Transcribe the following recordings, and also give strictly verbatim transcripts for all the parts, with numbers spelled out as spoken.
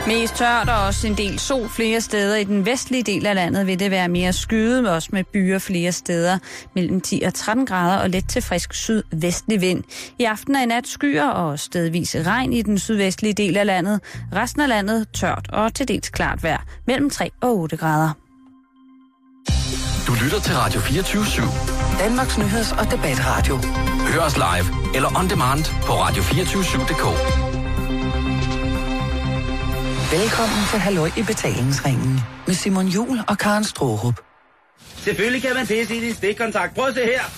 Mest tørt og også en del sol flere steder. I den vestlige del af landet vil det være mere skyet, også med byer flere steder mellem ti og tretten grader og let til frisk sydvestlig vind. I aften er i nat skyer og stedvis regn i den sydvestlige del af landet. Resten af landet tørt og til dels klart vejr mellem tre og otte grader. Du lytter til Radio fireogtyve syv. Danmarks nyheds- og debatradio. Hør os live eller on demand på radio to fire syv punktum d k. Velkommen til Halløj i betalingsringen med Simon Juhl og Karen Straarup. Selvfølgelig kan man pisse i din stikkontakt. Prøv at se her.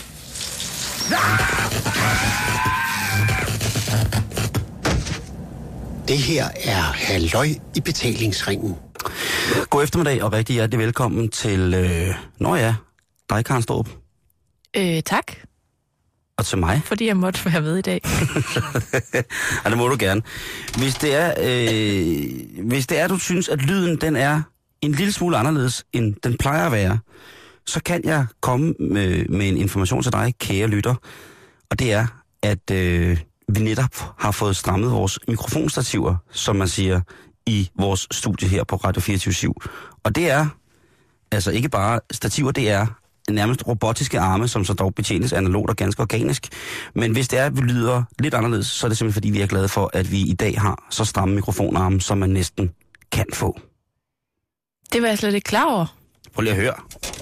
Det her er Halløj i betalingsringen. God eftermiddag og rigtig hjertelig velkommen til, øh, nå ja, dig, Karen Straarup. Øh, tak. Og til mig. Fordi jeg måtte være med i dag. Ja, det må du gerne. Hvis det er, øh, hvis det er, du synes, at lyden den er en lille smule anderledes, end den plejer at være, så kan jeg komme med, med en information til dig, kære lytter. Og det er, at øh, vi netop har fået strammet vores mikrofonstativer, som man siger, i vores studie her på Radio fireogtyve syv. Og det er, altså ikke bare stativer, det er nærmest robotiske arme, som så dog betjenes analogt og ganske organisk. Men hvis det er, at vi lyder lidt anderledes, så er det simpelthen fordi, vi er glade for, at vi i dag har så stramme mikrofonarme, som man næsten kan få. Det var jeg slet ikke klar over. Prøv lige at høre.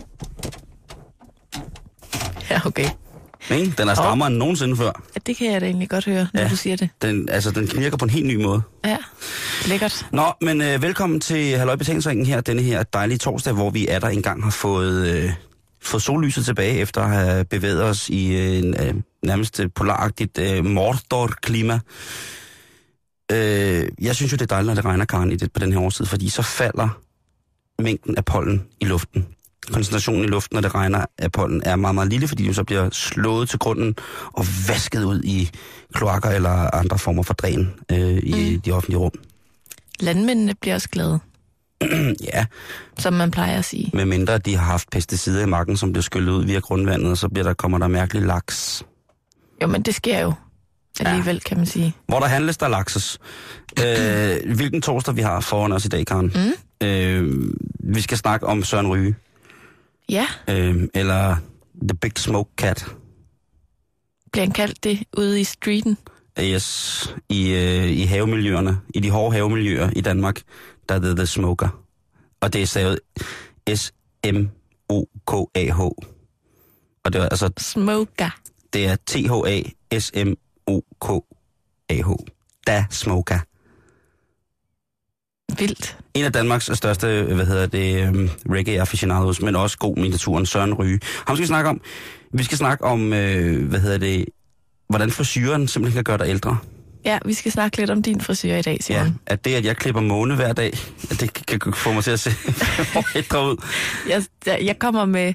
Ja, okay. Nej, den er strammere oh. end nogensinde før. Ja, det kan jeg da egentlig godt høre, når ja, du siger det. Den, altså, den knirker på en helt ny måde. Ja, lækkert. Nå, men øh, velkommen til Halløj Betalingsringen her, denne her dejlige torsdag, hvor vi er der engang har fået, øh, fået sollyset tilbage, efter at have bevæget os i øh, en øh, nærmest polaragtigt øh, Mordor-klima. Øh, jeg synes jo, det er dejligt, når det regner, Karen, i det, på den her årstid, fordi så falder mængden af pollen i luften. Koncentrationen i luften, når det regner af pollen, er meget, meget lille, fordi det så bliver slået til grunden og vasket ud i kloakker eller andre former for dræn øh, i mm. de offentlige rum. Landmændene bliver også glade. Ja. Som man plejer at sige. Med mindre de har haft pesticider i marken, som bliver skyllet ud via grundvandet, og så bliver der, kommer der mærkelig laks. Jo, men det sker jo alligevel, ja. Kan man sige. Hvor der handles, der lakses. øh, hvilken torsdag vi har foran os i dag, Karen? Mm. Øh, vi skal snakke om Søren Ryge. Ja. Øh, eller The Big Smoke Cat. Bliver han kaldt det ude i streeten? Yes, i, øh, i havemiljøerne, i de hårde havemiljøer i Danmark, der er det The Smoker. Og det er stavet S M O K A H. Og det er altså... Smoker. Det er T H A S M O K A H. Da Smoker. Vildt. En af Danmarks største, hvad hedder det, um, reggae-aficionados, men også god i naturen, Søren Ryge. Ham skal vi snakke om. Vi skal snakke om, øh, hvad hedder det, hvordan frisyren simpelthen kan gøre dig ældre. Ja, vi skal snakke lidt om din frisyr i dag, Simon. Ja, at det, at jeg klipper måne hver dag, at det kan få mig til at se ældre ud. Jeg, jeg kommer med...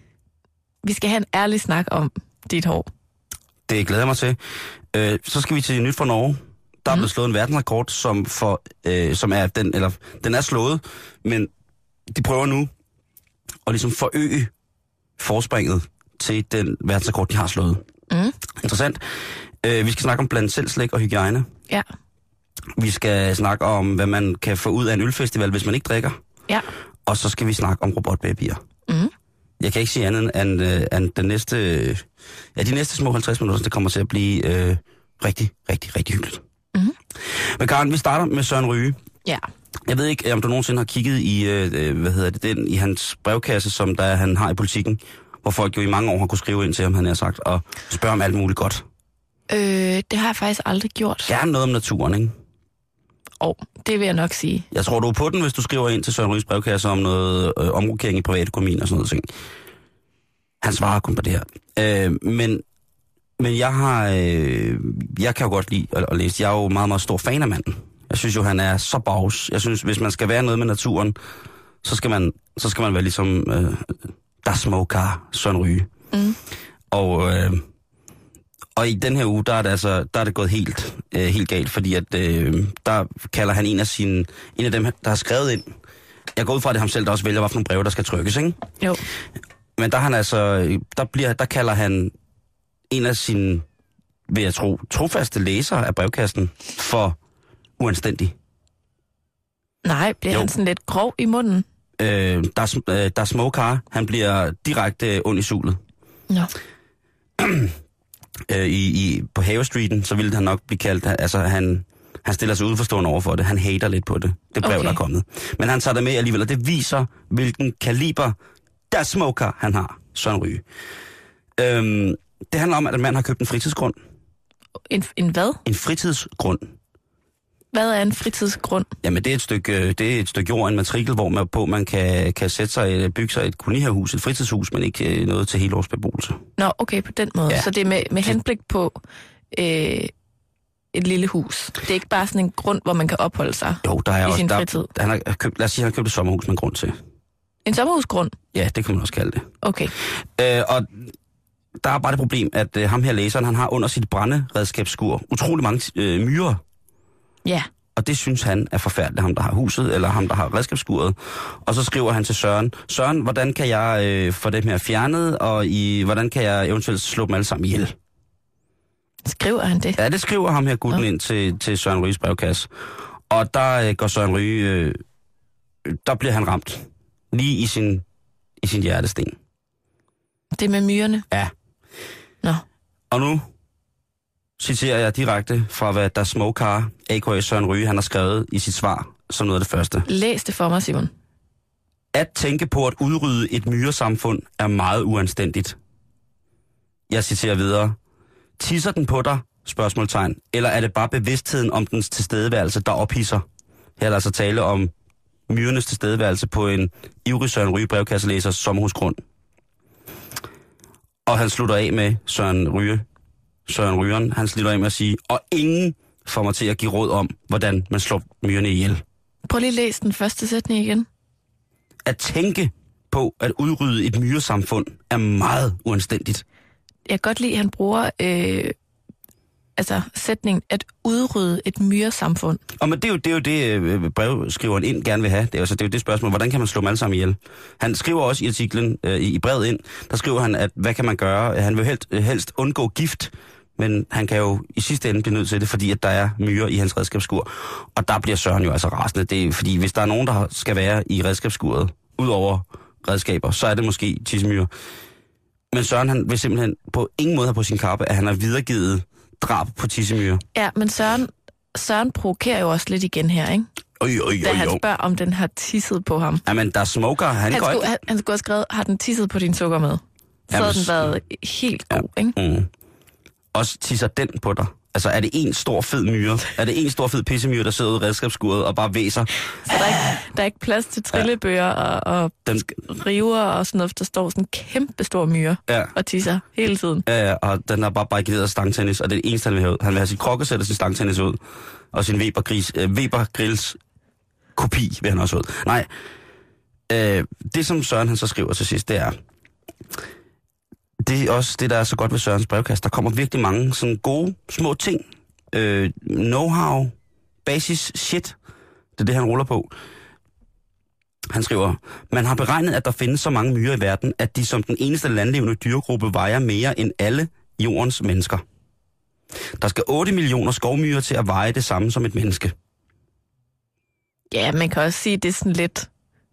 Vi skal have en ærlig snak om dit hår. Det glæder jeg mig til. Øh, så skal vi til nyt fra Norge. Der er blevet slået en verdensrekord, som, for, øh, som er den, eller den er slået, men de prøver nu at ligesom forøge forspringet til den verdensrekord, de har slået. Mm. Interessant. Øh, vi skal snakke om blandt selv slik og hygiejne. Ja. Vi skal snakke om, hvad man kan få ud af en ølfestival, hvis man ikke drikker. Ja. Og så skal vi snakke om robotbabyer. Mm. Jeg kan ikke sige andet end, øh, end den næste, ja, de næste små halvtreds minutter, det kommer til at blive øh, rigtig, rigtig, rigtig hyggeligt. Mm-hmm. Men Karen, vi starter med Søren Ryge. Ja. Jeg ved ikke, om du nogensinde har kigget i, øh, hvad hedder det, den, i hans brevkasse, som der han har i Politikken, hvor folk jo i mange år har kunne skrive ind til ham, han har sagt, og spørge om alt muligt godt. Øh, det har jeg faktisk aldrig gjort. Gerne noget om naturen, ikke? Åh, oh, det vil jeg nok sige. Jeg tror, du er på den, hvis du skriver ind til Søren Ryges brevkasse om noget øh, omrokering i privatøkonomien og sådan noget ting. Han svarer kun på det her. Øh, men, men jeg har, øh, jeg kan jo godt lide at, at læse. Jeg er jo meget, meget stor fan af manden. Jeg synes jo, han er så bags. Jeg synes, hvis man skal være noget med naturen, så skal man, så skal man være ligesom øh, der smoker Søren Ryge. Mm. Og, øh, og i den her uge, der er det, altså, der er det gået helt, øh, helt galt, fordi at, øh, der kalder han en af, sine, en af dem, der har skrevet ind. Jeg går ud fra, at det er ham selv, der også vælger, hvad for nogle breve, der skal trykkes, ikke? Jo. Men der, han altså, der, bliver, der kalder han en af sine, vil jeg tro, trofaste læsere af brevkassen for uanstændig. Nej, bliver Jo. han sådan lidt grov i munden? Øh, der, øh, der Smokar, han bliver direkte øh, ond i sulet. Nå. øh, i, i, på Havestreeten, så ville han nok blive kaldt, altså han, han stiller sig udforstående over for det. Han hater lidt på det, det brev, Okay. der er kommet. Men han tager det med alligevel, og det viser, hvilken kaliber der Smoker han har, Søren Ryge. Øhm, det handler om, at en mand har købt en fritidsgrund. En, en hvad? En fritidsgrund. Hvad er en fritidsgrund? Jamen, det er et stykke, det er et stykke jord, en matrikel, hvor man, på man kan, kan sætte sig, bygge sig et kolonihavehus, et fritidshus, men ikke noget til helårsbeboelse. Nå, okay, på den måde. Ja. Ja. Så det er med, med henblik på øh, et lille hus. Det er ikke bare sådan en grund, hvor man kan opholde sig Jo, der er i også, sin der, fritid. han har købt, lad os sige, han har købt et sommerhus med en grund til. En sommerhusgrund? Ja, det kan man også kalde det. Okay. Øh, og der er bare det problem, at øh, ham her læseren, han har under sit brænderedskabsskur utrolig mange øh, myrer. Ja. Og det synes han er forfærdeligt, ham der har huset, eller ham der har redskabsskuret. Og så skriver han til Søren, Søren, hvordan kan jeg øh, få dem her fjernet, og i, hvordan kan jeg eventuelt slå dem alle sammen ihjel? Skriver han det? Ja, det skriver ham her gutten Ja. ind til, til Søren Ryges brevkasse. Og der øh, går Søren Ryge, øh, der bliver han ramt. Lige i sin, i sin hjertesten. Det med myrerne? Ja. Nå. Og nu citerer jeg direkte fra, hvad der Smokar, a k a. Søren Ryge, han har skrevet i sit svar, som noget af det første. Læs det for mig, Simon. At tænke på at udrydde et myresamfund er meget uanstændigt. Jeg citerer videre. Tisser den på dig? Spørgsmålstegn. Eller er det bare bevidstheden om dens tilstedeværelse, der ophidser? Her er der altså tale om myrenes tilstedeværelse på en ivrig Søren Ryge brevkasselæsers sommerhusgrund. Og han slutter af med Søren Ryge. Søren Rygeren, han slutter af med at sige, og ingen får mig til at give råd om, hvordan man slår myrerne ihjel. Prøv lige at læse den første sætning igen. At tænke på at udrydde et myresamfund er meget uanstændigt. Jeg kan godt lide, at han bruger øh, altså sætningen at udrydde et myresamfund. Og men det er jo det, er jo det øh, brevskriveren ind gerne vil have. Det er, jo, så det er jo det spørgsmål, hvordan kan man slå dem alle sammen ihjel? Han skriver også i artiklen, øh, i brevet ind, der skriver han, at hvad kan man gøre? Han vil helst, helst undgå gift, men han kan jo i sidste ende blive nødt til det, fordi at der er myrer i hans redskabsskur. Og der bliver Søren jo altså rasende. Det er, fordi hvis der er nogen, der skal være i redskabsskuret, ud over redskaber, så er det måske tissemyrer. Men Søren, han vil simpelthen på ingen måde have på sin kappe, at han har videregivet drab på tissemyrer. Ja, men Søren, Søren provokerer jo også lidt igen her, ikke? Øj, øj, Da øj, han øj. spørger, om den har tisset på ham. Jamen, der Smoker, han, Han går skulle, ikke... han, han skulle have skrevet, har den tisset på din sukker med? Så Jamen, havde den været helt god, ikke? Mm. Også tisser den på dig. Altså, er det en stor fed myre? Er det en stor fed pissemyre, der sidder ude i redskabsskuret og bare væser? Så der er ikke, der er ikke plads til trillebøger og, og Den, river og sådan noget, der står sådan en kæmpe stor myre ja, og tisser hele tiden. ja, ja, og den er bare barrikaderet stangtennis, og det er det eneste, han vil have ud. Han vil have sit krokkesæt og sin stangtennis ud, og sin Weber-gris, øh, Weber-grills kopi vil han også ud. Nej, øh, det som Søren han så skriver til sidst, det er... Det er også det, der er så godt ved Sørens brevkast. Der kommer virkelig mange sådan gode, små ting. Øh, know-how, basis shit. Det er det, han ruller på. Han skriver, man har beregnet, at der findes så mange myrer i verden, at de som den eneste landlevende dyregruppe vejer mere end alle jordens mennesker. Der skal otte millioner skovmyrer til at veje det samme som et menneske. Ja, man kan også sige, at det er sådan lidt...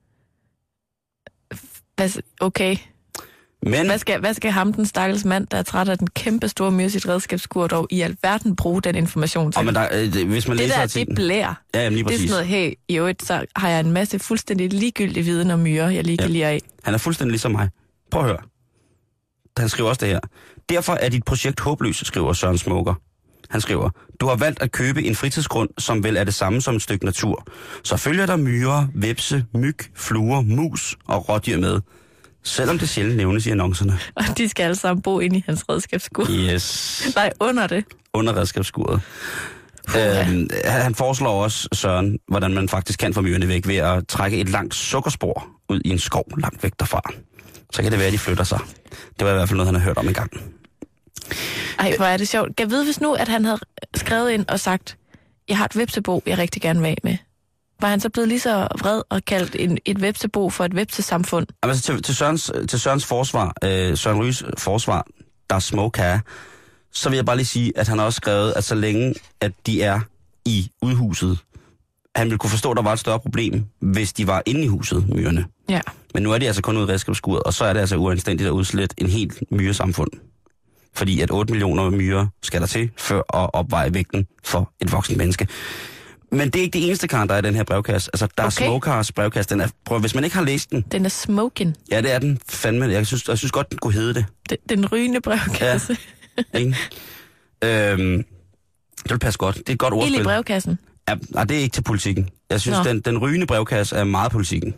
Hvad- Okay, Men, hvad skal, hvad skal ham, den stakkels mand, der er træt af den kæmpe store myre i sit redskabsskur, dog i alverden bruge den information til? og men der, øh, det- hvis man det læser der, artiklen... det blær. Ja, jamen lige Det er præcis. sådan noget, hey, i øvrigt, så har jeg en masse fuldstændig ligegyldig viden om myrer, jeg lige kan Ja. lide af. Han er fuldstændig ligesom mig. Prøv at høre. Han skriver også det her. Derfor er dit projekt håbløst, skriver Søren Smoker. Han skriver, du har valgt at købe en fritidsgrund, som vel er det samme som et stykke natur. Så følger der myrer, vepse, myg, fluer, mus og rådyr med. Selvom det sjældent nævnes i annoncerne. Og de skal alle sammen bo inde i hans redskabsskur. Yes. Nej, under det. Under redskabsskuret. Puha. Øhm, han foreslår også, Søren, hvordan man faktisk kan få myrerne væk ved at trække et langt sukkerspor ud i en skov langt væk derfra. Så kan det være, at de flytter sig. Det var i hvert fald noget, han har hørt om en gang. Ej, hvor er det sjovt. Jeg ved, hvis nu, at han havde skrevet ind og sagt, jeg har et vepsebo, jeg rigtig gerne vil af med. Var han så blevet lige så vred og kaldt en, et vepsebo for et vepsesamfund? Altså til, til, Sørens, til Sørens forsvar, øh, Søren Ryges forsvar, der er smoke her, så vil jeg bare lige sige, at han har også skrevet, at så længe, at de er i udhuset, han ville kunne forstå, at der var et større problem, hvis de var inde i huset, myrerne. Ja. Men nu er de altså kun ude i redskabsskuret, og så er det altså uanstændigt at udslette en helt myresamfund. Fordi at otte millioner myrer skal der til, for at opveje vægten for et voksen menneske. Men det er ikke det eneste, Karen, der er i den her brevkasse. Altså, der okay. er Smokers brevkasse. Den er, prøv, hvis man ikke har læst den... Den er smoking. Ja, det er den. Fandme. Jeg synes, jeg synes godt, den kunne hedde det. Den, den rygende brevkasse. Ja. Ikke? øhm, det vil passe godt. Det er et godt ordspil. Ild i brevkassen? Ja, nej, det er ikke til politikken. Jeg synes, den, den rygende brevkasse er meget politikken.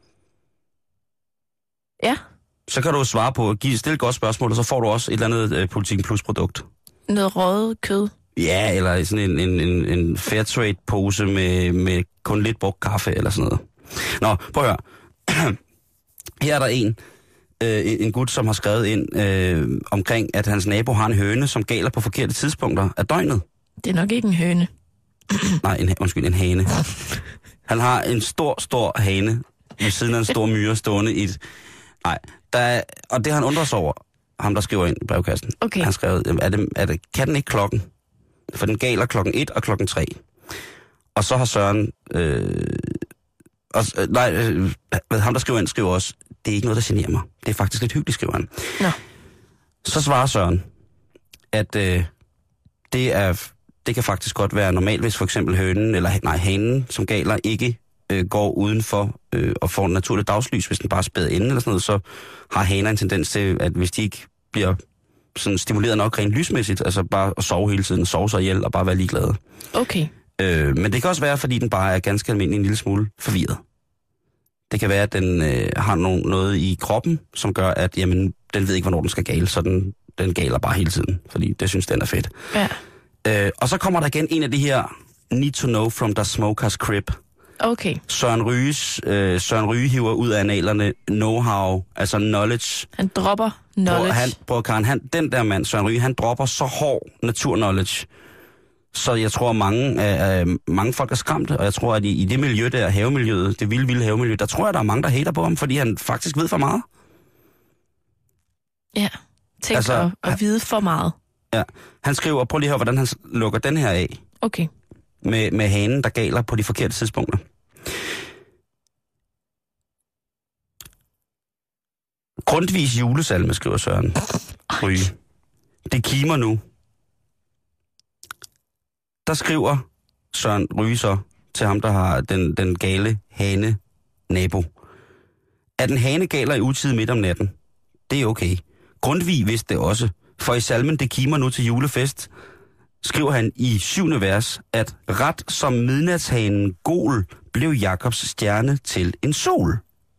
Ja. Så kan du svare på, give stille et godt spørgsmål, og så får du også et eller andet øh, politikken plus produkt. Noget røget kød? Ja, eller sådan en, en, en, en Fairtrade-pose med, med kun lidt brugt kaffe eller sådan noget. Nå, prøv at høre. Her er der en, øh, en gut, som har skrevet ind øh, omkring, at hans nabo har en høne, som galer på forkerte tidspunkter af døgnet. Det er nok ikke en høne. Nej, en, undskyld, en hane. Han har en stor, stor hane ved siden af en stor myre stående i et... Nej, der er, og det har han undret sig over, ham der skriver ind i brevkassen. Okay. Han skrev, er det, er det, kan den ikke klokken? For den galer klokken et og klokken tre. Og så har Søren... Øh, og, øh, nej, øh, ham der skriver ind, skriver også, det er ikke noget, der generer mig. Det er faktisk lidt hyggeligt, skriver han. Nå. Så svarer Søren, at øh, det er... Det kan faktisk godt være normalt, hvis for eksempel hønen, eller nej, hanen, som galer, ikke øh, går udenfor øh, og får en naturlig dagslys, hvis den bare spæder inde eller sådan noget, så har haner en tendens til, at hvis de ikke bliver sådan stimuleret nok rent lysmæssigt, altså bare at sove hele tiden, sove sig ihjel og bare være ligeglade. Okay. Øh, men det kan også være, fordi den bare er ganske almindelig en lille smule forvirret. Det kan være, at den øh, har no- noget i kroppen, som gør, at jamen, den ved ikke, hvornår den skal gale, så den, den galer bare hele tiden, fordi det synes den er fedt. Ja. Øh, og så kommer der igen en af de her need to know from the smoker's crib. Okay. Søren Ryges, øh, Søren Ryge hiver ud af analerne know-how, altså knowledge. Han dropper knowledge. Prøv, han, prøv, Karen, han, den der mand, Søren Ryge, han dropper så hård natur-knowledge. Så jeg tror, mange, øh, mange folk er skræmte, og jeg tror, at i, i det miljø der, havemiljøet, det vilde, vilde havemiljø, der tror jeg, der er mange, der hater på ham, fordi han faktisk ved for meget. Ja, tænk altså, at, at han, vide for meget. Ja, han skriver, prøv lige at høre, hvordan han lukker den her af. Okay. Med, med hanen, der galer på de forkerte tidspunkter. Grundtvigs julesalme, skriver Søren Ryge. Det kimer nu. Der skriver Søren Ryge så til ham, der har den, den gale hane nabo. At en hane galer i utide midt om natten, det er okay. Grundtvig vidste det også. For i salmen Det kimer nu til julefest, skriver han i syvende vers, at ret som midnatshanen gol blev Jakobs stjerne til en sol.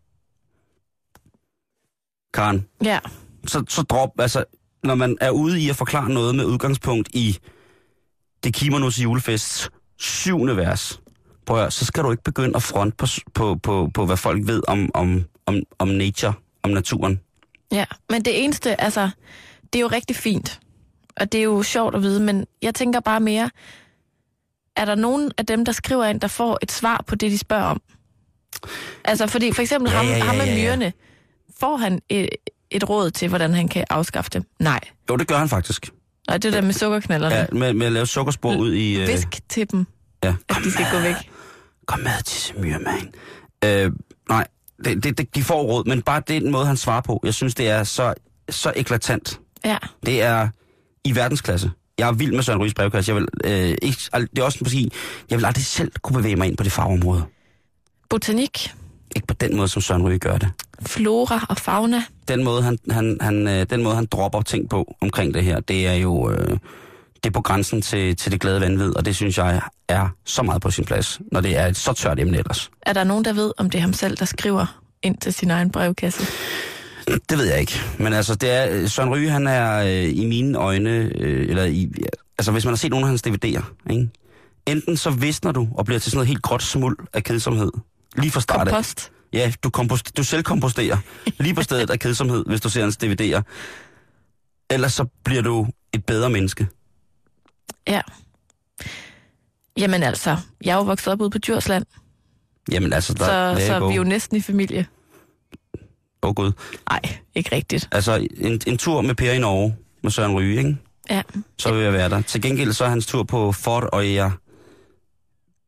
Karen. Ja. Så, så drop, altså, når man er ude i at forklare noget med udgangspunkt i Det kimer nu til julefest, syvende vers, prøv at høre, så skal du ikke begynde at fronte på, på, på, på hvad folk ved om, om, om, om nature, om naturen. Ja, men det eneste, altså, det er jo rigtig fint, og det er jo sjovt at vide, men jeg tænker bare mere, er der nogen af dem, der skriver ind, der får et svar på det, de spørger om? Altså, fordi for eksempel ja, ham, ja, ja, ham med ja, ja. myrerne, får han et, et råd til, hvordan han kan afskaffe dem? Nej. Jo, det gør han faktisk. Og det der med sukkerknallerne. Ja, med, med at lave sukkerspor ud i... Øh... Visk til dem, ja. at de skal gå væk. Kom med til myrmand. Øh, nej, det, det, det, de får råd, men bare den måde, han svarer på, jeg synes, det er så, så eklatant. Ja. Det er i verdensklasse. Jeg er vild med Søren Ryges brevkasse. Jeg vil, øh, ikke, det er også fordi, jeg vil aldrig selv kunne bevæge mig ind på det fagområde. Botanik. Ikke på den måde, som Søren Ryge gør det. Flora og fauna. Den måde, han, han, han, øh, den måde, han dropper ting på omkring det her, det er jo øh, det er på grænsen til, til det glade vanvid, og det synes jeg er så meget på sin plads, når det er et så tørt emne ellers. Er der nogen, der ved, om det er ham selv, der skriver ind til sin egen brevkasse? Det ved jeg ikke. Men altså, det er, Søren Ryge, han er øh, i mine øjne, øh, eller i, altså hvis man har set nogle af hans D V D'er, ikke? Enten så visner du og bliver til sådan noget helt gråt smuld af kedsomhed. Lige fra start af. Kompost. Ja, du, kompost, du selv komposterer lige på stedet af kedsomhed, hvis du ser hans D V D'er. Ellers så bliver du et bedre menneske. Ja. Jamen altså, jeg er jo vokset op ude på Djursland. Jamen altså, der, så, så er vi er jo næsten i familie. Åh oh, gud. Nej, ikke rigtigt. Altså, en, en tur med Per i Norge, med Søren Ryge, ikke? Ja. Så vil jeg være der. Til gengæld så er hans tur på Fort Øya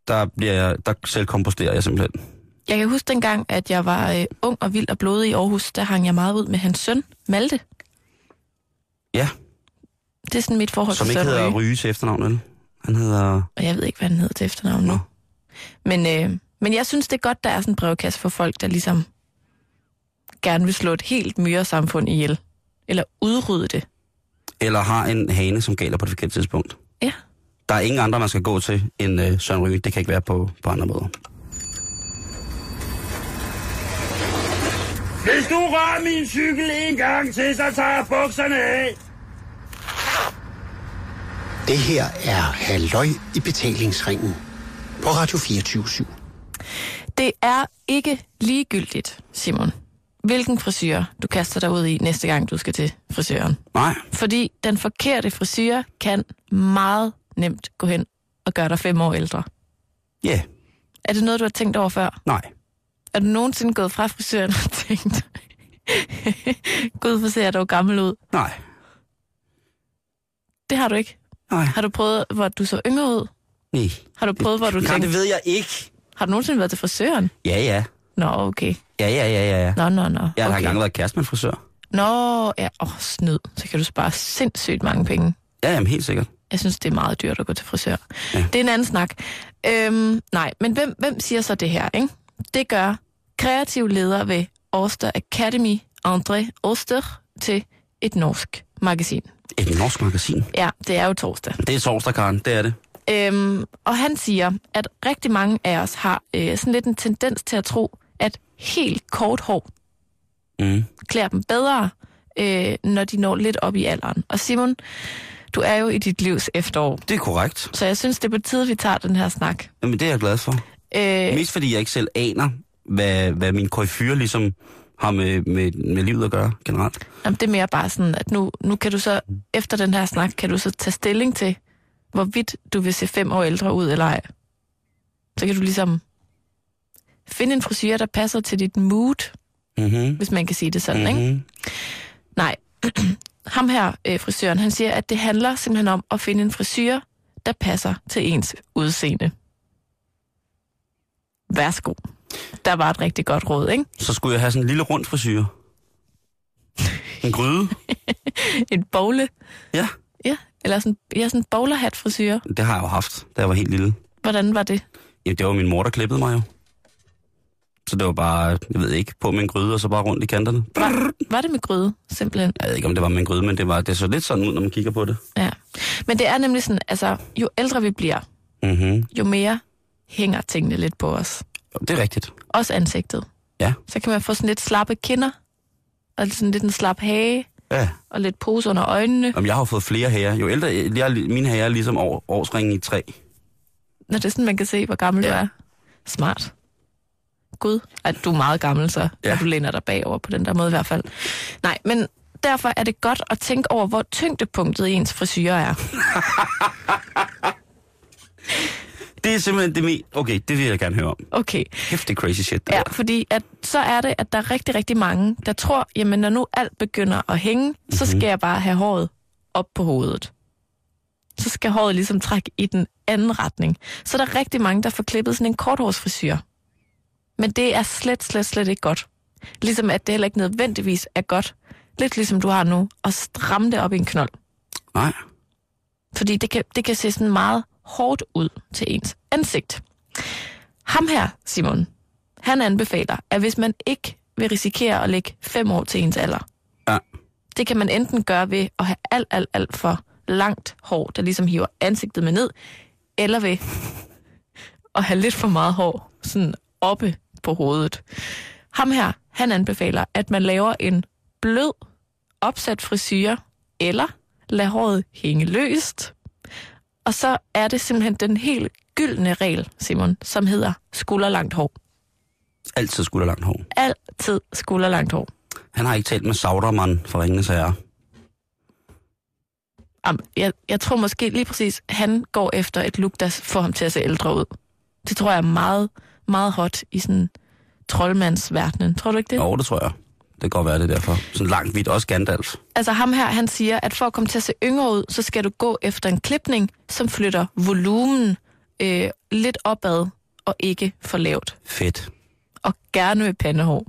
der, bliver jeg, der selv komposterer jeg simpelthen. Jeg kan huske dengang, at jeg var øh, ung og vild og blodig i Aarhus, der hang jeg meget ud med hans søn, Malte. Ja. Det er sådan mit forhold Som til ikke hedder Ryge. Ryge til efternavn, vel? Han hedder... Og jeg ved ikke, hvad han hedder til efternavn nu. Men, øh, men jeg synes, det er godt, der er sådan en brevkasse for folk, der ligesom gerne vil slå et helt myresamfund ihjel. Eller udrydde det. Eller har en hane, som gælder på et forkert tidspunkt. Ja. Der er ingen andre, man skal gå til end øh, Søren Ryge. Det kan ikke være på, på andre måder. Hvis du rører min cykel en gang til, så tager jeg bukserne af. Det her er Halløj i betalingsringen på Radio fireogtyve syv. Det er ikke ligegyldigt, Simon, hvilken frisyr du kaster dig ud i næste gang, du skal til frisøren. Nej. Fordi den forkerte frisyr kan meget nemt gå hen og gøre dig fem år ældre. Ja. Yeah. Er det noget, du har tænkt over før? Nej. Er du nogensinde gået fra frisøren og tænkt, Gud, hvor ser jeg dog gammel ud? Nej. Det har du ikke. Nej. Har du prøvet, hvor du så yngre ud? Nej. Har du prøvet, hvor du Nej, tænkte... det ved jeg ikke. Har du nogensinde været til frisøren? Ja, ja. Nå, okay. Ja, ja, ja, ja. ja. Nå, nå, nå. Jeg har okay. engang været kæreste med en frisør. Nå, ja. Åh, snyd. Så kan du spare sindssygt mange penge. Ja, jamen helt sikkert. Jeg synes, det er meget dyrt at gå til frisør. Ja. Det er en anden snak. Øhm, nej, men hvem, hvem siger så det her, ikke? Det gør kreativ leder ved Årster Academy, André Årster, til et norsk magasin. Et norsk magasin? Ja, det er jo torsdag. Det er torsdag, Karen. Det er det. Øhm, og han siger, at rigtig mange af os har øh, sådan lidt en tendens til at tro, at helt kort hår Mm. klæder dem bedre, øh, når de når lidt op i alderen. Og Simon, du er jo i dit livs efterår. Det er korrekt. Så jeg synes, det er på tide, vi tager den her snak. Jamen, det er jeg glad for. Øh, Mest fordi jeg ikke selv aner, hvad, hvad min koryfyre ligesom har med, med, med livet at gøre generelt. Jamen, det er mere bare sådan, at nu, nu kan du så, efter den her snak, kan du så tage stilling til, hvorvidt du vil se fem år ældre ud eller ej. Så kan du ligesom finde en frisyr, der passer til dit mood, Mm-hmm. hvis man kan sige det sådan, mm-hmm. ikke? Nej, ham her, øh, frisøren, han siger, at det handler simpelthen om at finde en frisyr, der passer til ens udseende. Værsgo. Der var et rigtig godt råd, ikke? Så skulle jeg have sådan en lille rund frisyr. En gryde. En bogle. Ja. Ja, eller sådan, ja, sådan en bowlerhat-frisyr. Det har jeg jo haft, da jeg var helt lille. Hvordan var det? Jamen, det var min mor, der klippede mig jo. Så det var bare, jeg ved ikke, på med en gryde, og så bare rundt i kanterne. Var, var det med gryde, simpelthen? Jeg ved ikke, om det var med en gryde, men det, var, det så lidt sådan ud, når man kigger på det. Ja. Men det er nemlig sådan, altså, jo ældre vi bliver, Mm-hmm. jo mere hænger tingene lidt på os. Det er rigtigt. Også ansigtet. Ja. Så kan man få sådan lidt slappe kinder, og sådan lidt en slap hage, Ja. og lidt pose under øjnene. Om jeg har fået flere hager. Jo ældre, jeg, mine hager er ligesom år, årsringen i træ. Når det er sådan, man kan se, hvor gammel ja. du er. Smart. Gud, at du er meget gammel, så ja. Når du læner dig bagover på den der måde i hvert fald. Nej, men derfor er det godt at tænke over, hvor tyngdepunktet i ens frisyrer er. Det er simpelthen det mest... Okay, det vil jeg gerne høre om. Okay. Kæft, det er crazy shit, det Ja, der. fordi at, så er det, at der er rigtig, rigtig mange, der tror, jamen når nu alt begynder at hænge, mm-hmm. så skal jeg bare have håret op på hovedet. Så skal håret ligesom trække i den anden retning. Så der er rigtig mange, der får klippet sådan en korthårsfrisyr. Men det er slet, slet, slet ikke godt. Ligesom at det heller ikke nødvendigvis er godt, lidt ligesom du har nu, at stramme det op i en knold. Nej. Fordi det kan, det kan se sådan meget hårdt ud til ens ansigt. Ham her, Simon, han anbefaler, at hvis man ikke vil risikere at lægge fem år til ens alder, ja. det kan man enten gøre ved at have alt, alt, alt for langt hår, der ligesom hiver ansigtet med ned, eller ved at have lidt for meget hår sådan oppe på hovedet. Ham her, han anbefaler, at man laver en blød, opsat frisyre, eller lader håret hænge løst. Og så er det simpelthen den helt gyldne regel, Simon, som hedder skulderlangt hår. Altid skulderlangt hår. Altid skulderlangt hår. Han har ikke talt med Saudermann for Ringenes Herre. Jeg, jeg tror måske lige præcis, han går efter et look, der får ham til at se ældre ud. Det tror jeg er meget, meget hot i sådan troldmandsverdenen. Tror du ikke det? Jo, det tror jeg. Det kan godt være det derfor. Sådan langt hvidt, også Gandalf. Altså ham her, han siger, at for at komme til at se yngre ud, så skal du gå efter en klipning, som flytter volumen øh, lidt opad og ikke for lavt. Fedt. Og gerne med pandehår.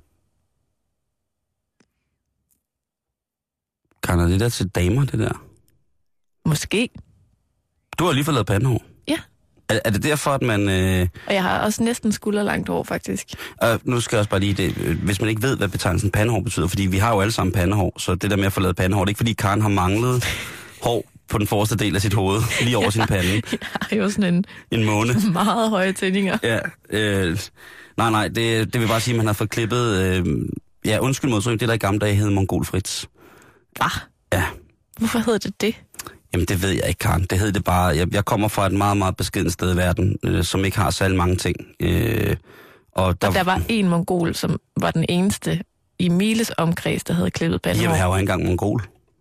Kan det der til damer, det der? Måske. Du har lige fået lavet pandehår. Ja. Er, er det derfor, at man... Øh, og jeg har også næsten skulderlangt hår, faktisk. Øh, nu skal jeg også bare lige det. Hvis man ikke ved, hvad betegnelsen pandehår betyder, fordi vi har jo alle sammen pandehår, så det der med at få lavet pandehår, det er ikke fordi Karen har manglet hår på den forreste del af sit hoved, lige over ja, sin pande. Jeg har jo sådan en, en måne. Meget høje tændinger. Ja, øh, nej, nej, det, det vil bare sige, at man har fået klippet... Øh, ja, undskyld modtryk, det der i gamle dage hed Mongol Fritz. Hvad? Ja. Hvorfor hedder det det? Jamen, det ved jeg ikke, Karen. Det hed det bare... Jeg, jeg kommer fra et meget, meget beskedent sted i verden, øh, som ikke har særlig mange ting. Øh, og, der, og der var en mongol, som var den eneste i Miles omkreds, der havde klippet pandehår. Jamen, jeg var engang mongol.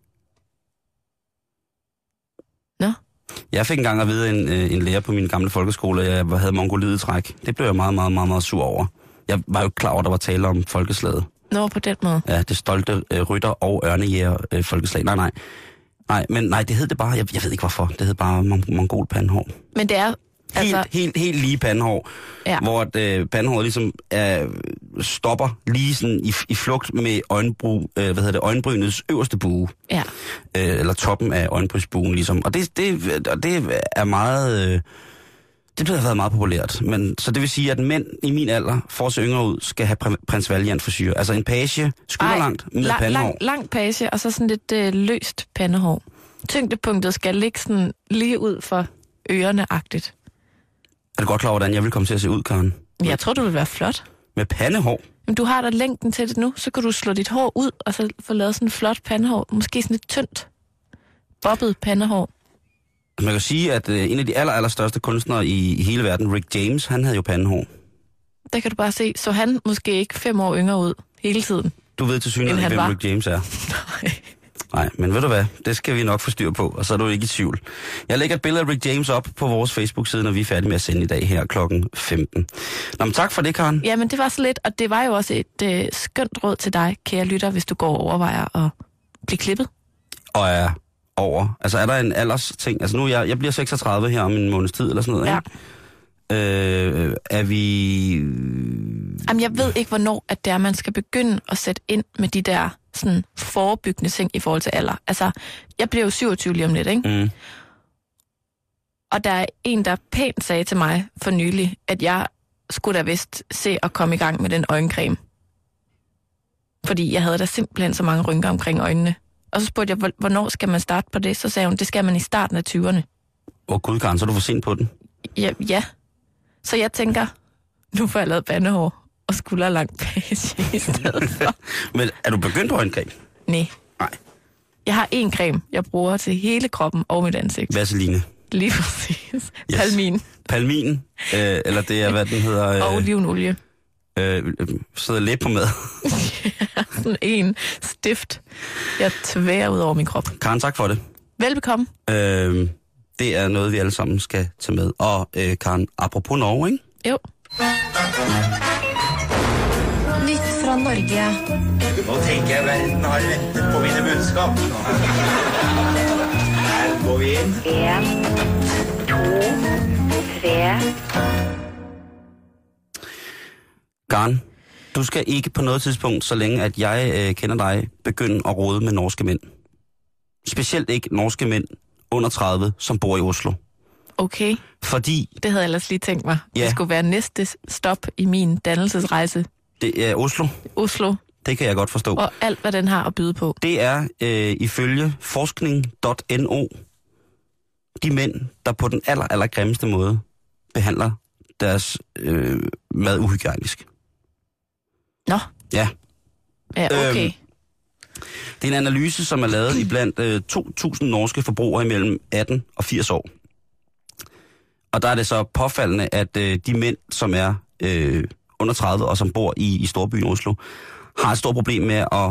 Nå? Jeg fik engang at vide en, en lærer på min gamle folkeskole, at jeg havde mongoliet træk. Det blev jeg meget, meget, meget, meget sur over. Jeg var jo klar over, at der var tale om folkeslaget. Nå, på den måde. Ja, det stolte øh, rytter og ørnejæger øh, folkeslag. Nej, nej. Nej, men nej, det hed det bare, jeg, jeg ved ikke hvorfor, det hed bare mong- mongol pandehår. Men det er helt, altså... Helt, helt lige pandehår, ja. Hvor øh, pandehåret ligesom øh, stopper lige sådan i, i flugt med øjenbrug, øh, hvad hedder det, øjenbrynets øverste bue. Ja. Øh, eller toppen af øjenbrynsbuen ligesom. Og det, det, det er meget... Øh, det har været meget populært. Men, så det vil sige, at mænd i min alder, for at se yngre ud, skal have pr- prins Valiant frisyr. Altså en page, skulderlangt med lang, pandehår. Lang, lang page, og så sådan lidt øh, løst pandehår. Tyngdepunktet skal ligge sådan lige ud for ørerne-agtigt. Er du godt klar over, hvordan jeg vil komme til at se ud, Karen? Jeg tror, du vil være flot. Med pandehår? Men du har da længden til det nu, så kan du slå dit hår ud, og så få lavet sådan en flot pandehår. Måske sådan lidt tyndt, bobbet pandehår. Man kan sige, at øh, en af de aller, aller største kunstnere i, i hele verden, Rick James, han havde jo pandehår. Der kan du bare se, så han måske ikke fem år yngre ud hele tiden. Du ved til synligheden ikke, hvem var. Rick James er. Nej. Nej, men ved du hvad, det skal vi nok få styr på, og så er du ikke i tvivl. Jeg lægger et billede af Rick James op på vores Facebook-side, når vi er færdige med at sende i dag her klokken femten. Nå, men tak for det, Karen. Jamen, det var så lidt, og det var jo også et øh, skønt råd til dig, kære lytter, hvis du går og overvejer at blive klippet. Og er over. Altså, er der en alders ting? Altså, nu jeg, jeg bliver seksogtredive her om en måneds tid, eller sådan noget, ja. Ikke? Øh, er vi... Jamen, jeg ved ikke, hvornår at det er, man skal begynde at sætte ind med de der sådan forebyggende ting i forhold til alder. Altså, jeg bliver jo syvogtyve lige om lidt, ikke? Mm. Og der er en, der pænt sagde til mig for nylig, at jeg skulle da vist se at komme i gang med den øjencreme. Fordi jeg havde da simpelthen så mange rynker omkring øjnene. Og så spurgte jeg, hvornår skal man starte på det? Så sagde hun, det skal man i starten af tyverne. Åh, gud, Karen, så er du for sent på den. Ja, ja. Så jeg tænker, nu får jeg lavet bandehår og skulderlangt page i stedet for. Men er du begyndt på øjencreme? Nej. Nej. Jeg har en creme, jeg bruger til hele kroppen og mit ansigt. Vaseline. Lige præcis. Yes. Palmin. Palmin, øh, eller det er, hvad den hedder... Øh, og olivenolie. Øh, sidder lidt på mad. Ja, sådan en stift. Jeg tværer ud over min krop. Karen, tak for det. Velbekomme. Øh, det er noget, vi alle sammen skal tage med. Og øh, Karen, apropos Norge, ikke? Jo. Nyt fra Norge. Nå tænker jeg, verden har ventet på mine budskap. Her går vi ind. En, to, tre. Karen, du skal ikke på noget tidspunkt, så længe at jeg øh, kender dig, begynde at råde med norske mænd. Specielt ikke norske mænd under tredive, som bor i Oslo. Okay. Fordi... Det havde jeg ellers lige tænkt mig. Ja. Det skulle være næste stop i min dannelsesrejse. Det er Oslo. Oslo. Det kan jeg godt forstå. Og alt, hvad den har at byde på. Det er øh, ifølge forskning punktum no de mænd, der på den aller, aller grimmeste måde behandler deres øh, mad uhygiejnisk. Nå. Ja. Ja, okay. Øhm, det er en analyse, som er lavet i blandt øh, to tusind norske forbrugere imellem atten og firs år. Og der er det så påfaldende, at øh, de mænd, som er øh, under tredive og som bor i, i storbyen Oslo, har et stort problem med at,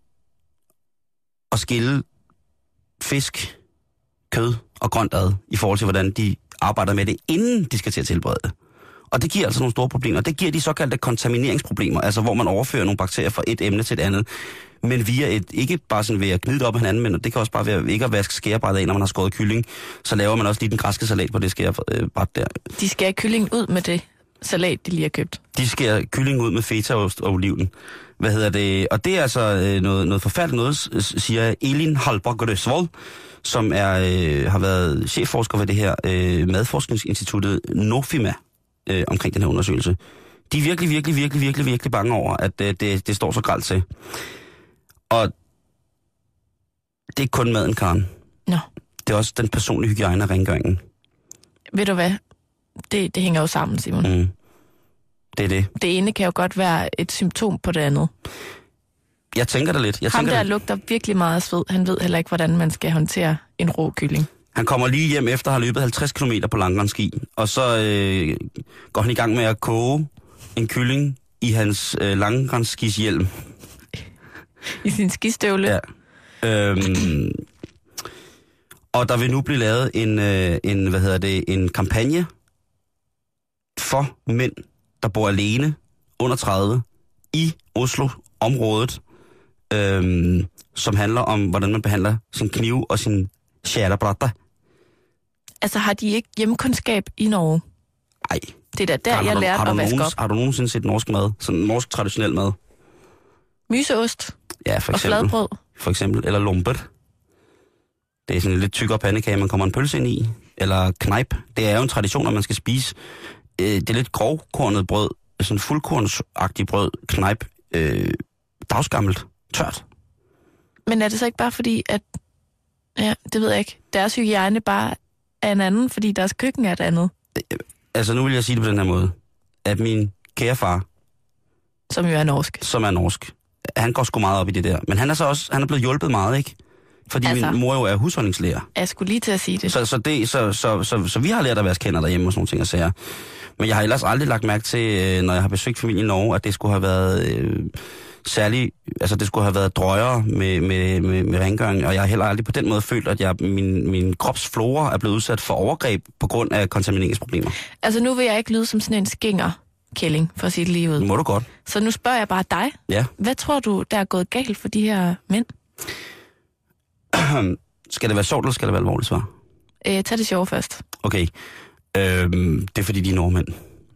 at skille fisk, kød og grønt ad, i forhold til, hvordan de arbejder med det, inden de skal til at tilberede det. Og det giver altså nogle store problemer. Det giver de såkaldte kontamineringsproblemer, altså hvor man overfører nogle bakterier fra et emne til et andet. men via et, ikke bare sådan ved at gnide det op af hinanden, men det kan også bare være ikke at vaske skærebrættet af, når man har skåret kylling. Så laver man også lige den græske salat på det skærebræt der. De skærer kyllingen ud med det salat, de lige har købt. De skærer kyllingen ud med fetaost og oliven. Hvad hedder det? Og det er altså øh, noget, noget forfærdeligt noget, siger Elin Halberg-Grøsvold, som er, øh, har været chefforsker ved det her øh, madforskningsinstituttet Nofima øh, omkring den her undersøgelse. De er virkelig, virkelig, virkelig, virkelig, virkelig bange over, at øh, det, det står så grelt til. Og det er ikke kun maden, Karen. Nå. Det er også den personlige hygiejne af rengøringen. Ved du hvad? Det, det hænger jo sammen, Simon. Mm. Det er det. Det ene kan jo godt være et symptom på det andet. Jeg tænker det lidt. Jeg Ham tænker der det. lugter virkelig meget sved. Han ved heller ikke, hvordan man skal håndtere en rå kylling. Han kommer lige hjem efter at have løbet halvtreds kilometer på langrensski, og så øh, går han i gang med at koge en kylling i hans øh, langrensskishjelm. I sin skistøvle? Ja. Øhm, og der vil nu blive lavet en, øh, en, hvad hedder det, en kampagne for mænd, der bor alene under tredive i Oslo-området, øhm, som handler om, hvordan man behandler sin kniv og sin skærebrætter. Altså har de ikke hjemmekundskab i Norge? Ej. Det er da der, Karen, jeg du, lærte at vaske nogen, op. Har du nogensinde set norsk mad? Sådan norsk traditionel mad? Myseost Ja, for og eksempel. fladbrød. For eksempel. Eller lumpet. Det er sådan en lidt tykkere pandekage, man kommer en pølse ind i. Eller knejp. Det er jo en tradition, at man skal spise. Øh, det er lidt grovkornet brød. Sådan fuldkornsagtigt brød. Knejp. Øh, dagsgammelt. Tørt. Men er det så ikke bare fordi, at... Ja, det ved jeg ikke. Deres hygiejne bare er en anden, fordi deres køkken er et andet? Altså, nu vil jeg sige det på den her måde. At min kære far, Som jo er norsk. som er norsk, han går sgu meget op i det der. Men han er så også, han er blevet hjulpet meget, ikke? Fordi Altså. min mor jo er husholdningslærer. Jeg skulle lige til at sige det. Så, så, det, så, så, så, så vi har lært at vaske hænder derhjemme og sådan nogle ting og sager. Men jeg har ellers aldrig lagt mærke til, når jeg har besøgt familien i Norge, at det skulle have været øh, særlig, altså det skulle have været drøjere med, med, med, med rengøring, og jeg har heller aldrig på den måde følt, at jeg, min, min kropsflora er blevet udsat for overgreb på grund af kontamineringsproblemer. Altså nu vil jeg ikke lyde som sådan en skinger kælling, for at sige det lige ud. Det må du godt. Så nu spørger jeg bare dig. Ja. Hvad tror du, der er gået galt for de her mænd? Skal det være sjovt, eller skal det være alvorligt svar? Øh, tag det sjove først. Okay. Øhm, det er fordi, de er nordmænd.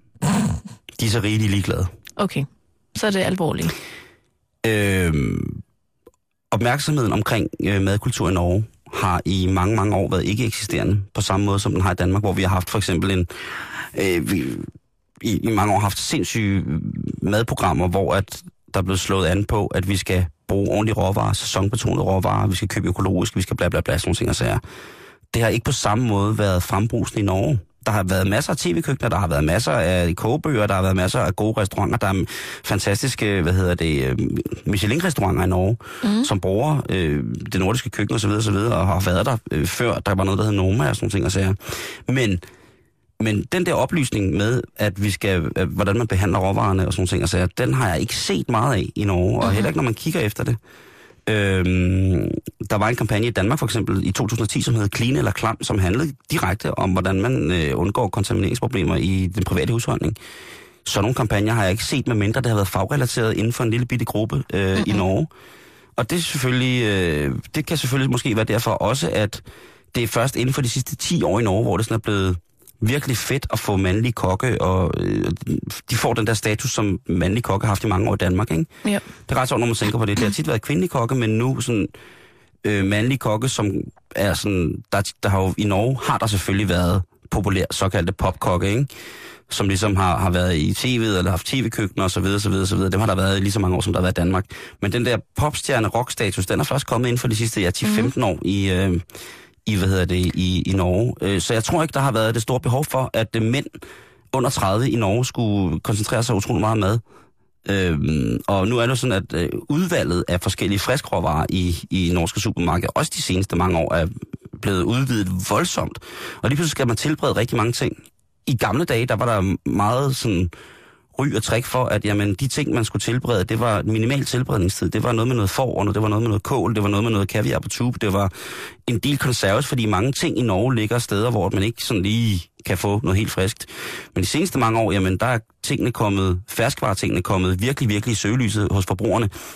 De er så rige, de er ligeglade. Okay, så er det alvorligt. Øhm, opmærksomheden omkring øh, madkultur i Norge har i mange, mange år været ikke eksisterende, på samme måde som den har i Danmark, hvor vi har haft for eksempel en... Øh, vi, i, i mange år haft sindssyge madprogrammer, hvor at der er blevet slået an på, at vi skal bruge ordentlige råvarer, sæsonbetonede råvarer, vi skal købe økologisk, vi skal bla bla bla, sådan nogle ting og sager. Det har ikke på samme måde været frembrusende i Norge. Der har været masser af tv-køkkener, der har været masser af kogebøger, der har været masser af gode restauranter, der er fantastiske, hvad hedder det, Michelin-restauranter i Norge, mm. som bruger øh, det nordiske køkken osv. osv. og har været der øh, før, der var noget, der hed Noma og sådan nogle ting og sager. Men Men den der oplysning med, at vi skal, at, hvordan man behandler råvarerne og sådan nogle ting, altså, den har jeg ikke set meget af i Norge, og uh-huh. heller ikke, når man kigger efter det. Øhm, der var en kampagne i Danmark for eksempel i to tusind og ti, som hed Clean eller Klam, som handlede direkte om, hvordan man øh, undgår kontamineringsproblemer i den private husholdning. Sådan nogle kampagner har jeg ikke set, med mindre det har været fagrelateret inden for en lille bitte gruppe øh, uh-huh. i Norge. Og det, er selvfølgelig, øh, det kan selvfølgelig måske være derfor også, at det er først inden for de sidste ti år i Norge, hvor det sådan er blevet virkelig fedt at få mandlige kokke, og øh, de får den der status, som mandlige kokke har haft i mange år i Danmark, ikke? Ja. Det er ret sjovt, når man tænker på det. Det har tit været kvindelige kokke, men nu sådan øh, mandlige kokke, som er sådan, der, der har jo i Norge, har der selvfølgelig været populær såkaldte popkokke, ikke? Som ligesom har, har været i tv'et, eller haft tv-køkkener, og så videre, så videre, så videre. Dem har der været i lige så mange år, som der har været i Danmark. Men den der popstjerne rockstatus, den er først kommet inden for de sidste ja, ti til femten år i... Øh, i, hvad hedder det, i, i Norge. Så jeg tror ikke, der har været det store behov for, at mænd under tredive i Norge skulle koncentrere sig utrolig meget om mad. Øhm, og nu er det sådan, at øh, udvalget af forskellige friskråvarer i, i norske supermarkeder, også de seneste mange år, er blevet udvidet voldsomt. Og lige pludselig skal man tilberede rigtig mange ting. I gamle dage, der var der meget sådan ry og træk for, at jamen, de ting, man skulle tilberede, det var minimal tilberedningstid. Det var noget med noget får, det var noget med noget kål, det var noget med noget kaviar på tube, det var en del konserves, fordi mange ting i Norge ligger steder, hvor man ikke sådan lige kan få noget helt friskt. Men de seneste mange år, jamen, der er tingene kommet, ferskvaretingene kommet virkelig, virkelig i søgelyset hos forbrugerne.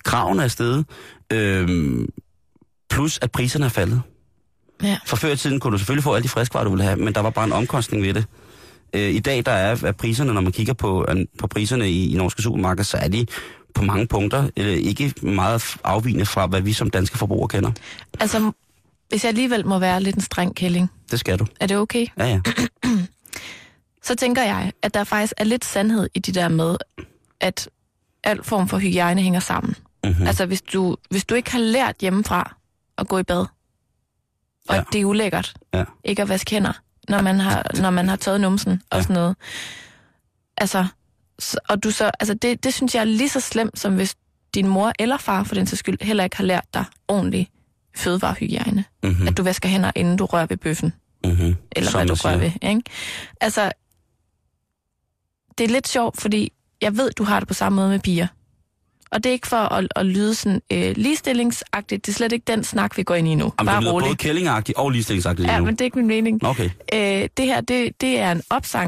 kravene er steget, øh, plus at priserne er faldet. Ja. For før i tiden kunne du selvfølgelig få alle de friskvarer, du ville have, men der var bare en omkostning ved det. Øh, I dag der er, er priserne, når man kigger på, på priserne i, i norske supermarkeder, så er de på mange punkter øh, ikke meget afvigende fra, hvad vi som danske forbrugere kender. Altså, hvis jeg alligevel må være lidt en streng kælling. Det skal du. Er det okay? Ja, ja. Så tænker jeg, at der faktisk er lidt sandhed i det der med, at al form for hygiejne hænger sammen. Mm-hmm. Altså, hvis du, hvis du ikke har lært hjemmefra at gå i bad, og ja. det er ulækkert, ja. ikke at vaske hænder, når man har, når man har taget numsen og ja. sådan noget. Altså, og du så, altså det, det synes jeg er lige så slemt, som hvis din mor eller far, for den sags skyld, heller ikke har lært dig ordentlig fødevarehygiejne. Mm-hmm. At du vasker hænder, inden du rører ved bøffen. Mm-hmm. Eller som hvad du rører ved, ikke? Altså, det er lidt sjovt, fordi jeg ved, du har det på samme måde med piger. Og det er ikke for at, at lyde sådan øh, ligestillingsagtigt. Det er slet ikke den snak, vi går ind i nu. Jamen, bare det lyder roligt. både kællingagtigt og ligestillingsagtigt ja, nu. men det er ikke min mening. Okay. Øh, det her, det, det er en opsang.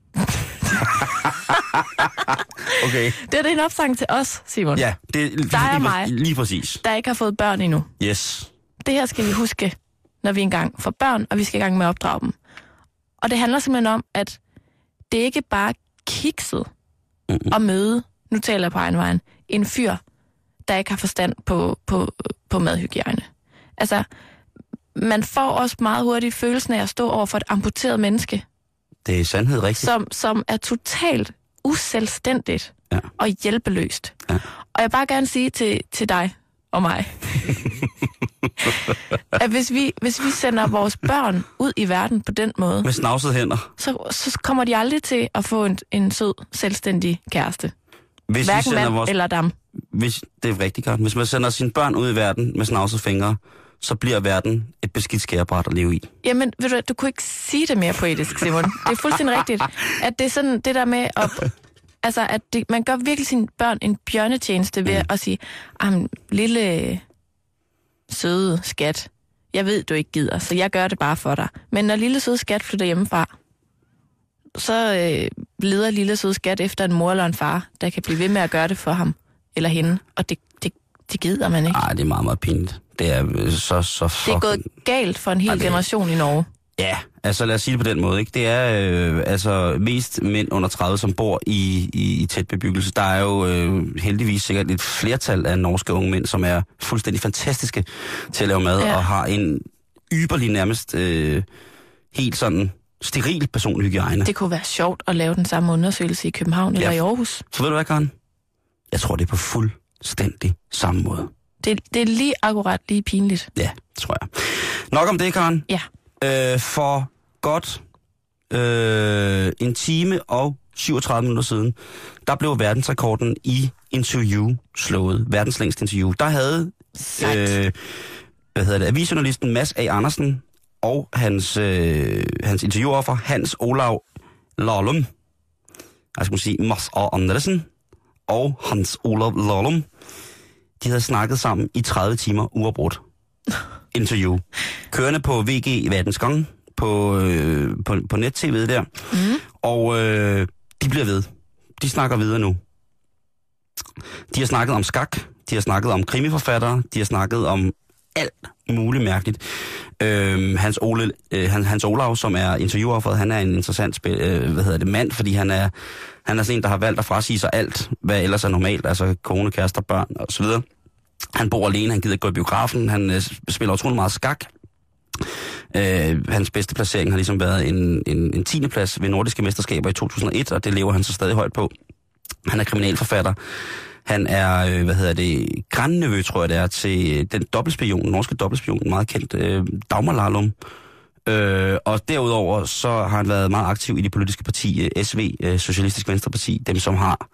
Okay. Det er, det er en opsang til os, Simon. Ja, det er dig og lige, mig, lige præcis. der ikke har fået børn endnu. Yes. Det her skal vi huske, når vi engang får børn, og vi skal i gang med at opdrage dem. Og det handler simpelthen om, at det ikke bare kikset mm-hmm. at møde, nu taler jeg på egen vejen, en fyr, der ikke har forstand på, på, på madhygiejne. Altså, man får også meget hurtigt følelsen af at stå over for et amputeret menneske. Det er sandhed rigtigt. Som, som er totalt uselvstændigt ja. og hjælpeløst. Ja. Og jeg vil bare gerne sige til, til dig og mig, at hvis vi, hvis vi sender vores børn ud i verden på den måde, med snavsede hænder, så, så kommer de aldrig til at få en, en sød, selvstændig kæreste. Hvis hverken mand vores, eller dam. Hvis, det er rigtig godt. Hvis man sender sine børn ud i verden med snavsede fingre, så bliver verden et beskidt skærebræt at leve i. Jamen, ved du, du kunne ikke sige det mere poetisk, Simon. Det er fuldstændig rigtigt, at det er sådan det der med at... Altså, at det, man gør virkelig sine børn en bjørnetjeneste ved mm. at sige, lille søde skat, jeg ved, du ikke gider, så jeg gør det bare for dig. Men når lille søde skat flytter hjemmefra, så øh, leder lille søde skat efter en mor eller en far, der kan blive ved med at gøre det for ham eller hende, og det, det, det gider man ikke. Nej, det er meget, meget pinligt. Det er så, så fucking... Det er gået galt for en hel Ej, generation i Norge. Ja, altså lad os sige det på den måde, ikke? Det er øh, altså mest mænd under tredive, som bor i, i, i tæt bebyggelse. Der er jo øh, heldigvis sikkert et flertal af norske unge mænd, som er fuldstændig fantastiske til at lave mad, ja. og har en yberlig nærmest øh, helt sådan steril personlig hygiejne. Det kunne være sjovt at lave den samme undersøgelse i København ja. eller i Aarhus. Så ved du hvad, Karen? Jeg tror, det er på fuldstændig samme måde. Det, det er lige akkurat lige pinligt. Ja, tror jeg. Nok om det, Karen. Ja. Øh, for godt øh, en time og syvogtredive minutter siden, der blev verdensrekorden i interview slået. Verdens længste interview. Der havde øh, hvad hedder det, avisjournalisten Mads A. Andersen og hans, øh, hans interviewoffer Hans Olav Lahlum, jeg skal sige Mads A. Andersen og Hans Olav Lahlum, de havde snakket sammen i tredive timer uafbrudt. Interview. Kørende på V G Verdensgang på, øh, på, på net-tv'et der. Mm. Og øh, de bliver ved. De snakker videre nu. De har snakket om skak, de har snakket om krimiforfattere, de har snakket om alt muligt mærkeligt. Øh, Hans, Ole, øh, Hans, Hans Olav, som er interviewofferet, han er en interessant spil, øh, hvad hedder det, mand, fordi han er, han er sådan en, der har valgt at frasige sig alt, hvad ellers er normalt, altså kone, kærester, børn og så videre. Han bor alene, han gider ikke gå i biografen, han øh, spiller utrolig meget skak. Øh, hans bedste placering har ligesom været en, en, en tiende plads ved nordiske mesterskaber i to tusind og et, og det lever han så stadig højt på. Han er kriminalforfatter. Han er, øh, hvad hedder det, grandnevø, tror jeg det er, til den dobbeltspion, den norske dobbeltspion, meget kendt, øh, Dagmar Lahlum. Øh, og derudover så har han været meget aktiv i det politiske parti, øh, S V, øh, Socialistisk Venstreparti, dem som har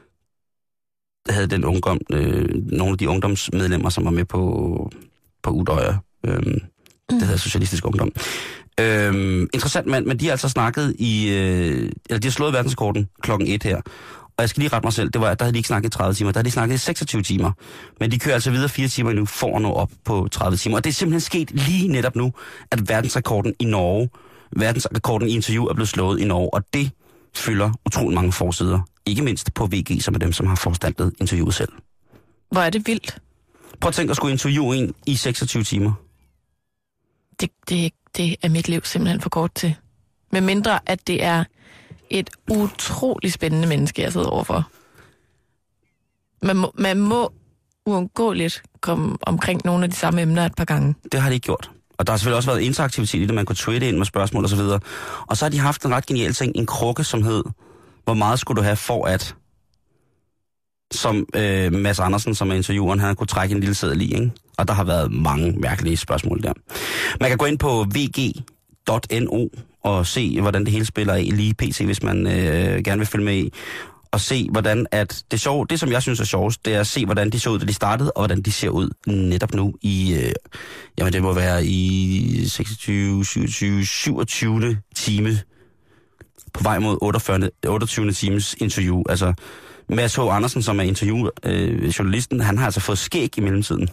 havde den ungdom, øh, nogle af de ungdomsmedlemmer, som var med på, på Udøjer. Øh, mm. Det hedder Socialistisk Ungdom. Øh, interessant mand, men de har altså snakket i, øh, eller de har slået verdensrekorden klokken et her. Og jeg skal lige rette mig selv, det var, der havde de ikke snakket i tredive timer, der havde de snakket i seksogtyve timer. Men de kører altså videre fire timer endnu, for at nå op på tredive timer. Og det er simpelthen sket lige netop nu, at verdensrekorden i Norge, verdensrekorden i interview er blevet slået i Norge, og det fylder utrolig mange forsider. Ikke mindst på V G, som er dem, som har foranstaltet interviewet selv. Hvor er det vildt. Prøv at tænke at skulle interviewe en i seksogtyve timer. Det, det, det er mit liv simpelthen for kort til. Med mindre, at det er et utrolig spændende menneske, jeg sidder overfor. Man må, man må uundgåeligt komme omkring nogle af de samme emner et par gange. Det har de ikke gjort. Og der har selvfølgelig også været interaktivitet i det, man kunne tweete ind med spørgsmål og så videre. Og så har de haft en ret genial ting, en krukke, som hed, hvor meget skulle du have for at, som øh, Mads Andersen, som er intervieweren, han kunne trække en lille seddel i, ikke? Og der har været mange mærkelige spørgsmål der. Man kan gå ind på v g punktum n o og se, hvordan det hele spiller i lige pt, hvis man øh, gerne vil følge med i. Og se, hvordan at det sjove, det som jeg synes er sjovest, det er at se, hvordan de så ud, da de startede, og hvordan de ser ud netop nu i, øh, jamen det må være i seksogtyve, syvogtyve, syvogtyvende time på vej mod otteogfyrre, otteogtyvende times interview. Altså, Mads H. Andersen, som er interviewjournalisten, øh, han har altså fået skæg i mellemtiden.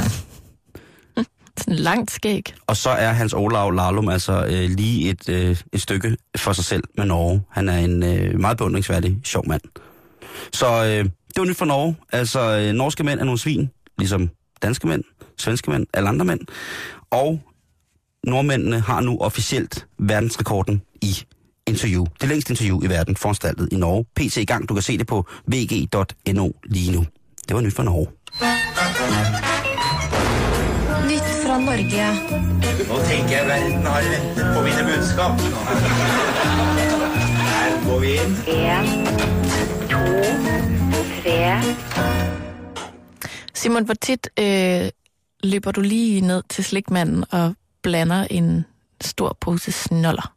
Sådan langt skæg. Og så er Hans Olav Lahlum altså øh, lige et, øh, et stykke for sig selv med Norge. Han er en øh, meget beundringsværdig, sjov mand. Så øh, det var nyt for Norge. Altså, øh, norske mænd er nogle svin, ligesom danske mænd, svenske mænd, alle andre mænd. Og nordmændene har nu officielt verdensrekorden i interview. Det længste interview i verden, foranstaltet i Norge. P C i gang, du kan se det på v g punktum n o lige nu. Det var nyt for Norge. Nytt fra Norge. Nå tænker jeg, verden har ventet på mine budskab. Her går vi ind. En, to, tre. Simon, hvor tit øh, løber du lige ned til slikmanden og blander en stor pose snoller?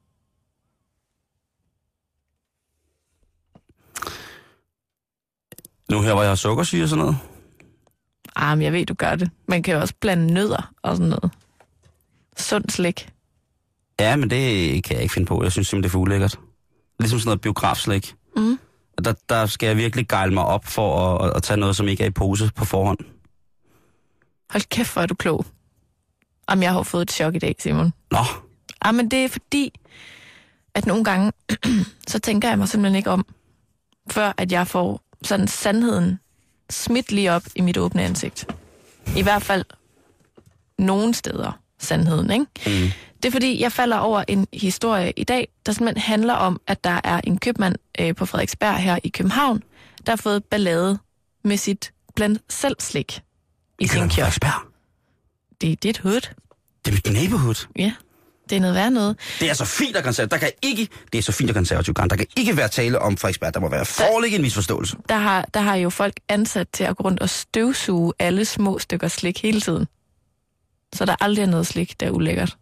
Nu her, hvor jeg har sukkersyge og sådan noget. Ah, men jeg ved, du gør det. Man kan jo også blande nødder og sådan noget. Sund slik. Ja, men det kan jeg ikke finde på. Jeg synes simpelthen, det er for ulækkert. Ligesom sådan noget biografslik. Mm. Der, der skal jeg virkelig gejle mig op for at, at tage noget, som ikke er i pose på forhånd. Hold kæft, hvor er du klog. Jamen, jeg har fået et chok i dag, Simon. Nå. Ah, men det er fordi, at nogle gange, så tænker jeg mig simpelthen ikke om, før at jeg får sådan sandheden smidt lige op i mit åbne ansigt. I hvert fald nogle steder sandheden, ikke? Mm. Det er fordi, jeg falder over en historie i dag, der simpelthen handler om, at der er en købmand øh, på Frederiksberg her i København, der har fået ballade med sit blandt selv slik i sin kiosk. Frederiksberg? Det er dit hood. Det er mit neighborhood. Ja, det er noget værd noget. Det er så fint og konservativt. Der kan ikke, det er så fint og konservativt. Der kan ikke være tale om Frederiksberg. Der må være foreligge en misforståelse. Der har, der har jo folk ansat til at gå rundt og støvsuge alle små stykker slik hele tiden. Så der aldrig er noget slik, der er ulækkert.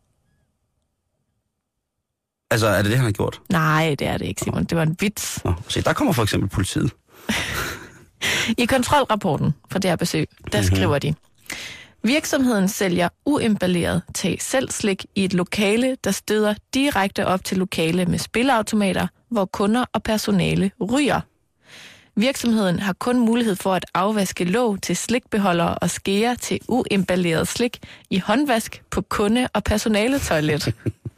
Altså, er det det, han har gjort? Nej, det er det ikke, Simon. Det var en vits. Nå, se, der kommer for eksempel politiet. I kontrolrapporten for det her besøg, der mm-hmm. skriver de: virksomheden sælger uemballeret tag selv slik i et lokale, der støder direkte op til lokale med spilleautomater, hvor kunder og personale ryger. Virksomheden har kun mulighed for at afvaske låg til slikbeholdere og skære til uemballeret slik i håndvask på kunde- og personaletoilet.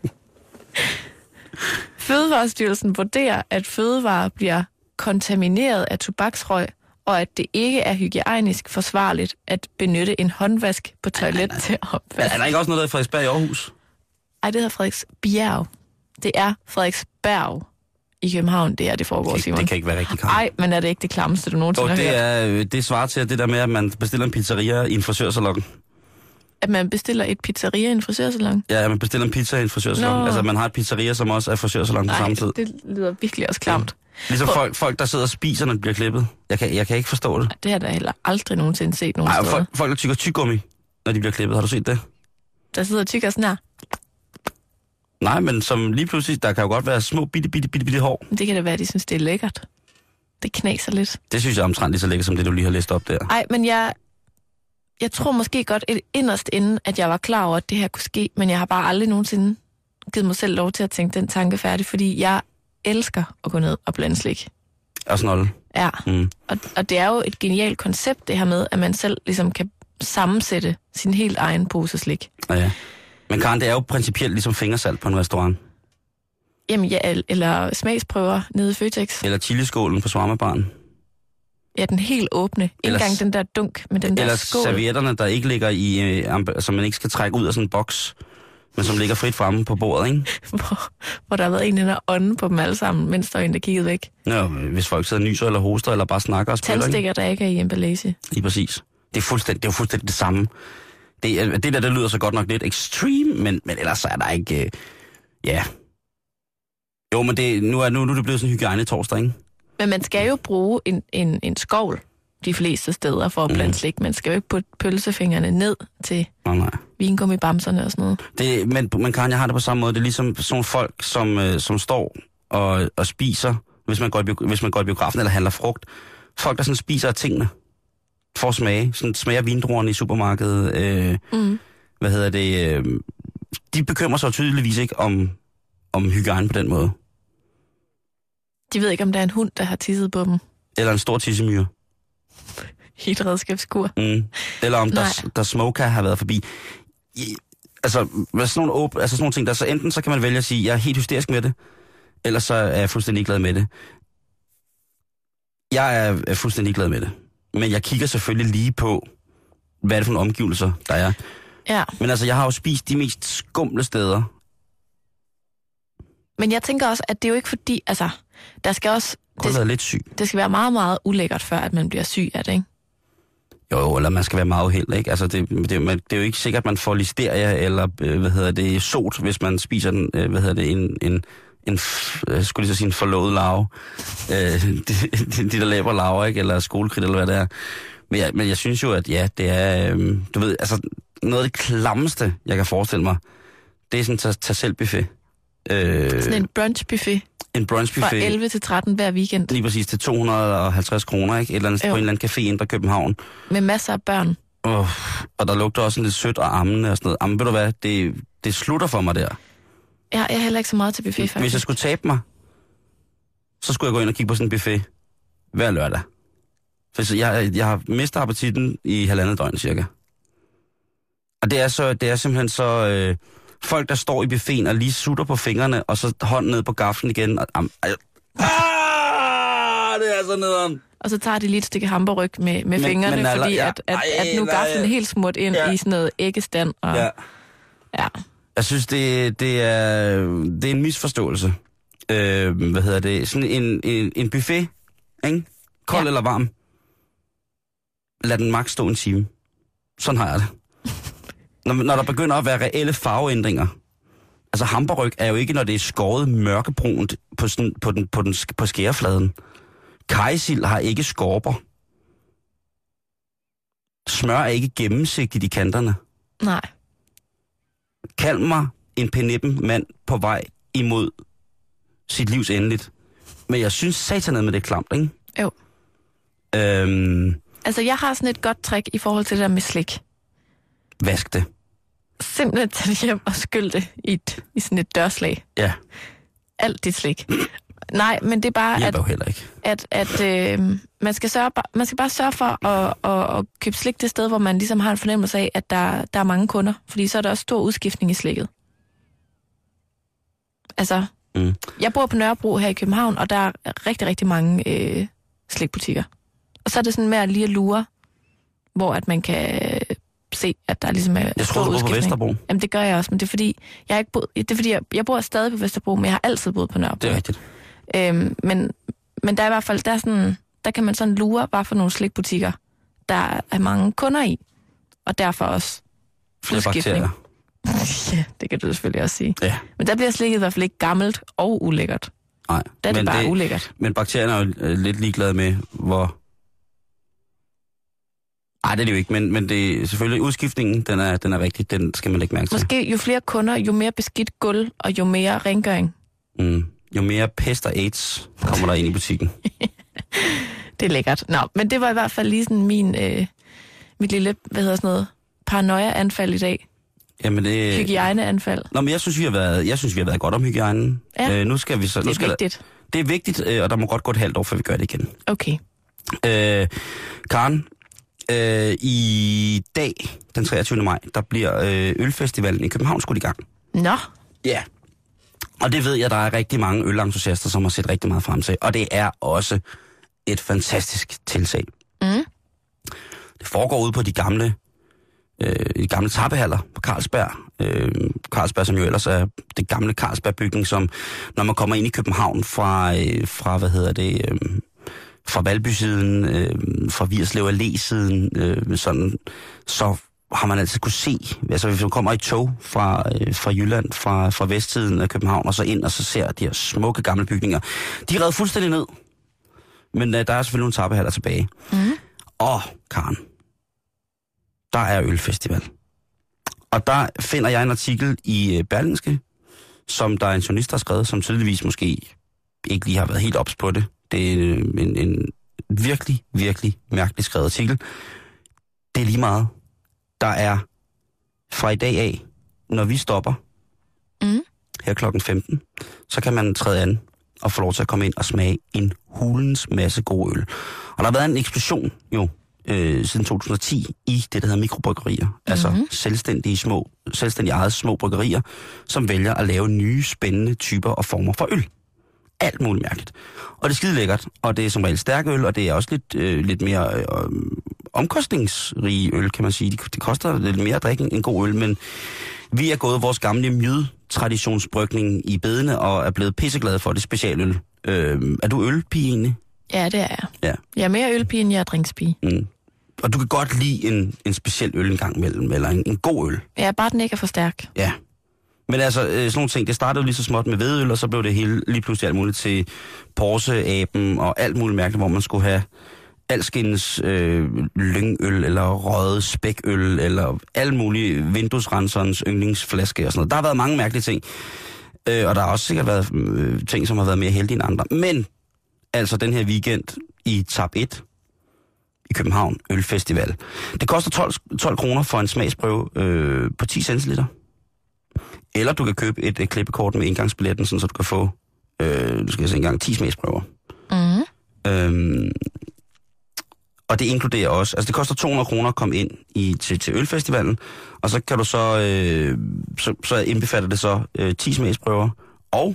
Fødevarestyrelsen vurderer, at fødevarer bliver kontamineret af tobaksrøg, og at det ikke er hygiejnisk forsvarligt at benytte en håndvask på toilet nej, nej, nej. til opvask. Er der ikke også noget, der er Frederiksberg i Aarhus? Ej, det hedder Frederiksbjerg. Det er Frederiksberg i København, det er det foregår, det, Simon. Det kan ikke være rigtig klamt. Nej, men er det ikke det klammeste, du nogensinde har hørt? Det er det svarer til det der med, at man bestiller en pizzeria i en frisørsalon. At man bestiller et pizzeria i en frisørsalon? Ja, man bestiller en pizza i en frisørsalon. Nå. Altså, man har et pizzeria, som også er frisørsalon på samme tid. Nej, det lyder virkelig også klamt. Ja. Ligesom folk, folk, der sidder og spiser, når de bliver klippet. Jeg kan, jeg kan ikke forstå det. Det har jeg da heller aldrig nogensinde set nogen Ej, steder. folk, folk der tykker tyggegummi, når de bliver klippet. Har du set det? Der sidder og tykker sådan her. Nej, men som lige pludselig, der kan jo godt være små bitte, bitte, bitte, bitte hår. Det kan da være, at de synes, det er lækkert. Det knaser lidt. Det synes jeg omtrent lige så lækkert, som det, du lige har læst op der. Nej, men jeg, jeg tror måske godt et inderst inden, at jeg var klar over, at det her kunne ske, men jeg har bare aldrig nogensinde givet mig selv lov til at tænke den tanke færdig, fordi jeg elsker at gå ned og blande slik. Og snolle. Ja, mm. og, og det er jo et genialt koncept, det her med, at man selv ligesom kan sammensætte sin helt egen pose slik. Ja, ja. Men Karen, det er jo principielt ligesom fingersalt på en restaurant. Jamen ja, eller smagsprøver nede i Føtex. Eller chiliskålen på Svarmabaren. Ja, den helt åbne. Ikke Ellers- engang den der dunk med den der Eller skål. servietterne, der ikke ligger i, øh, amb- som man ikke skal trække ud af sådan en boks, men som ligger frit fremme på bordet, ikke? hvor, hvor der har været en eller anden ånde på dem alle sammen, mens der var en, der kiggede væk. Ja, hvis folk sidder og nyser eller hoster, eller bare snakker og spiller, ikke? Tandstikker, der ikke er i emballage. Lige præcis. Det er fuldstændig det, er jo fuldstændig det samme. Det, er- det der, det lyder så godt nok lidt extreme, men, men ellers er der ikke... Øh, ja. Jo, men det, nu, er, nu, nu er det blevet sådan en hygiejne-torsdag, ikke? Men man skal jo bruge en, en, en skovl de fleste steder for at blande Mm. slik. Man skal jo ikke putte pølsefingrene ned til Nå, nej. vingummibamserne og sådan noget. Det, men, men Karen, jeg har det på samme måde. Det er ligesom sådan nogle folk, som, øh, som står og, og spiser, hvis man, går i, bio- hvis man går i biografen eller handler frugt. Folk, der sådan spiser af tingene for at smage. Sådan smager vindruerne i supermarkedet. Øh, Mm. hvad hedder det? Øh, de bekymrer sig jo tydeligvis ikke om, om hygiejne på den måde. De ved ikke, om der er en hund, der har tisset på dem Eller en stor tissemyre. i et redskabskur. Mm. Eller om Nej. der, der smoker har været forbi. I, altså, hvad sådan nogle, åb- altså sådan nogle ting, der så enten så kan man vælge at sige, jeg er helt hysterisk med det, eller så er jeg fuldstændig glad med det. Jeg er, er fuldstændig glad med det. Men jeg kigger selvfølgelig lige på, hvad er det for nogle omgivelser, der er. Ja, Men altså, jeg har jo spist de mest skumle steder. men jeg tænker også, at det er jo ikke fordi, altså, der skal også, Jeg har det, været lidt syg. det skal være meget, meget ulækkert, før at man bliver syg af det, ikke? Jo, jo, eller man skal være meget uheldig, ikke? Altså, det, det, man, det er jo ikke sikkert, at man får listeria eller, øh, hvad hedder det, sot, hvis man spiser den, øh, hvad hedder det, en, en, en f- øh, skulle lige så sige, en forlovet larve. Øh, de, de, de, der laver larver, ikke? Eller skolekridt, eller hvad det er. Men jeg, men jeg synes jo, at ja, det er, øh, du ved, altså, noget af det klammeste, jeg kan forestille mig, det er sådan en tag, tag selv buffet. Øh, Sådan en brunchbuffet en brunchbuffet. fra elleve til tretten hver weekend Lige præcis til to hundrede og halvtreds kroner, ikke? Et eller andet, på Jo. en eller anden café inde på København. med masser af børn. Oh, og der lugter også sådan lidt sødt og ammende og sådan noget. Jamen, ved du hvad, det, det slutter for mig der. Jeg jeg er heller ikke så meget til buffet, faktisk. Hvis jeg skulle tabe mig, så skulle jeg gå ind og kigge på sådan en buffet hver lørdag. For jeg, jeg har mistet appetitten i halvandet døgn cirka. Og det er, så, det er simpelthen så... Øh, folk, der står i buffeten og lige sutter på fingrene, og så hånden ned på gaflen igen. Og, am, ej, ah, det er så nederen. Og så tager de lige et stykke hamburryg med, med Men- fingrene, men altså, fordi ja. at, at, Ej, at nu er nej. gaflen helt smurt ind Ja. i sådan noget æggestand. Og, Ja. ja. Jeg synes, det, det, er, det er en misforståelse. Øh, hvad hedder det? Sådan en, en, en buffet, ikke? Kold Ja. eller varm. Lad den maks stå en time. Sådan har jeg det. Når, når der begynder at være reelle farveændringer. Altså hamburg er jo ikke, når det er skåret mørkebrunt på, sådan, på, den, på, den, på skærefladen. Kajsild har ikke skorper. Smør er ikke gennemsigtigt i kanterne. Nej. Kald mig en penippen mand på vej imod sit livs endeligt. Men jeg synes satanet med det er klamt, ikke? Jo. Øhm, Altså, jeg har sådan et godt trick i forhold til det der med slik. vask det. Simpelthen tage det hjem og skylle det i, et, i sådan et dørslag. Ja, Alt dit slik. Nej, men det er bare, det at, hjælper jo heller ikke. at, at øh, man, skal sørge, man skal bare sørge for at, at, at købe slik det sted, hvor man ligesom har en fornemmelse af, at der, der er mange kunder. Fordi så er der også stor udskiftning i slikket. Altså, Mm. jeg bor på Nørrebro her i København, og der er rigtig, rigtig mange øh, slikbutikker. Og så er det sådan med at lige at lure, hvor at man kan øh, se, at der ligesom er Jeg stor tror, du bor på udskiftning. Vesterbro. Jamen, det gør jeg også, men det er fordi, jeg har ikke boet, det er fordi, jeg, jeg bor stadig på Vesterbro, men jeg har altid boet på Nørrebro. Det er rigtigt. Øhm, men, men der er i hvert fald, der, er sådan, der kan man sådan lure, hvad for nogle slikbutikker, der er mange kunder i, og derfor også Flere udskiftning. bakterier. Ja, det kan du selvfølgelig også sige. Ja, Men der bliver slikket i hvert fald ikke gammelt og ulækkert. nej. Der er det Men bare ulækkert. Men bakterierne er jo øh, lidt ligeglade med, hvor... Ej, det er det jo ikke, men, men det er selvfølgelig udskiftningen, den er, den er rigtig, den skal man ikke mærke til. Måske jo flere kunder, jo mere beskidt gulv, og jo mere rengøring. Mm. Jo mere pest og AIDS kommer der ind i butikken. Det er lækkert. Nå, men det var i hvert fald lige sådan min, øh, mit lille, hvad hedder sådan noget, paranoia-anfald i dag. Jamen det... Hygiejne-anfald. Nå, men jeg synes, vi har været, jeg synes, vi har været godt om hygiejnen. Ja. Øh, nu skal vi så... Det nu er skal vigtigt. Der, det er vigtigt, øh, og der må godt gå et halvt år, før vi gør det igen. Okay. Øh, Karen, øh, i dag, den treogtyvende maj, der bliver øh, ølfestivalen i København skudt i gang. Nå, Ja. Og det ved jeg, der er rigtig mange ølentusiaster, som har set rigtig meget frem til. Og det er også et fantastisk tiltag. Mm. Det foregår ude på de gamle, øh, de gamle tappehaller på Carlsberg. Øh, Carlsberg, som jo ellers er det gamle Carlsberg-bygning, som når man kommer ind i København fra, øh, fra hvad hedder det, øh, fra Valby-siden, øh, fra Virslev Allé-siden, øh, sådan, så har man altid kunne se, altså hvis man kommer i tog fra, øh, fra Jylland, fra, fra vestsiden af København, og så ind, og så ser de her smukke gamle bygninger. De er revet fuldstændig ned, men øh, der er selvfølgelig nogle tappehaller tilbage. Mm. Og, Karen, der er ølfestival. Og der finder jeg en artikel i øh, Berlingske, som der er en journalist, der har skrevet, som tydeligvis måske ikke lige har været helt ops på det. Det er en, en virkelig, virkelig mærkelig skrevet artikel. Det er lige meget. Der er fra i dag af, når vi stopper, mm. her klokken femten, så kan man træde an og få lov til at komme ind og smage en hulens masse god øl. Og der har været en eksplosion jo øh, siden to tusind og ti i det, der hedder mikrobryggerier. Mm-hmm. Altså selvstændige, små, selvstændige eget små bryggerier, som vælger at lave nye, spændende typer og former for øl. Alt muligt mærkeligt. Og det er skide lækkert, og det er som regel stærk øl, og det er også lidt, øh, lidt mere øh, omkostningsrige øl, kan man sige. Det, det koster lidt mere at drikke en god øl, men vi er gået vores gamle mjød-traditionsbrygning i bedene, og er blevet pisseglade for det specialøl. Øh, er du ølpige egentlig? Ja, det er jeg. Ja. Jeg er mere ølpige, end jeg er drinkspige. Mm. Og du kan godt lide en, en speciel øl en gang imellem, eller en, en god øl. Ja, bare den ikke er for stærk. Ja. Men altså, sådan nogle ting, det startede jo lige så småt med hvedøl, og så blev det hele, lige pludselig alt muligt til Porse-aben og alt muligt mærkeligt, hvor man skulle have alskens øh, lyngøl, eller røget spækøl, eller alle mulige vinduesrenserens yndlingsflaske og sådan noget. Der har været mange mærkelige ting, øh, og der har også sikkert været øh, ting, som har været mere heldige end andre. Men altså den her weekend i Tab et i København, Ølfestival. Det koster tolv, tolv kroner for en smagsprøve øh, på ti centiliter. Eller du kan købe et, et klippekort med indgangsbilletten, sådan, så du kan få, øh, du skal se engang, ti smagsprøver. Mm. Øhm, og det inkluderer også, altså det koster to hundrede kroner at komme ind i, til, til Ølfestivalen, og så kan du så, øh, så, så indbefatter det så øh, ti smagsprøver, og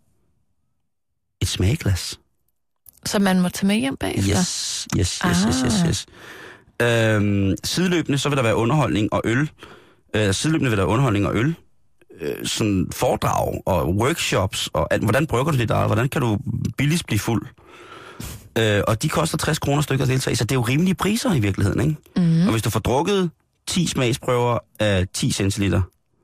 et smagglas. Så man må tage med hjem bagefter? Yes, yes, yes, yes, yes, yes. Øhm, sideløbende, så vil der være underholdning og øl. Øh, sideløbende vil der være underholdning og øl. Øh, sådan foredrag og workshops, og at, hvordan brygger du det der? Hvordan kan du billigst blive fuld? Øh, og de koster tres kroner stykker at deltage, så det er jo rimelige priser i virkeligheden, ikke? Mm. Og hvis du får drukket ti smagsprøver af ti centiliter,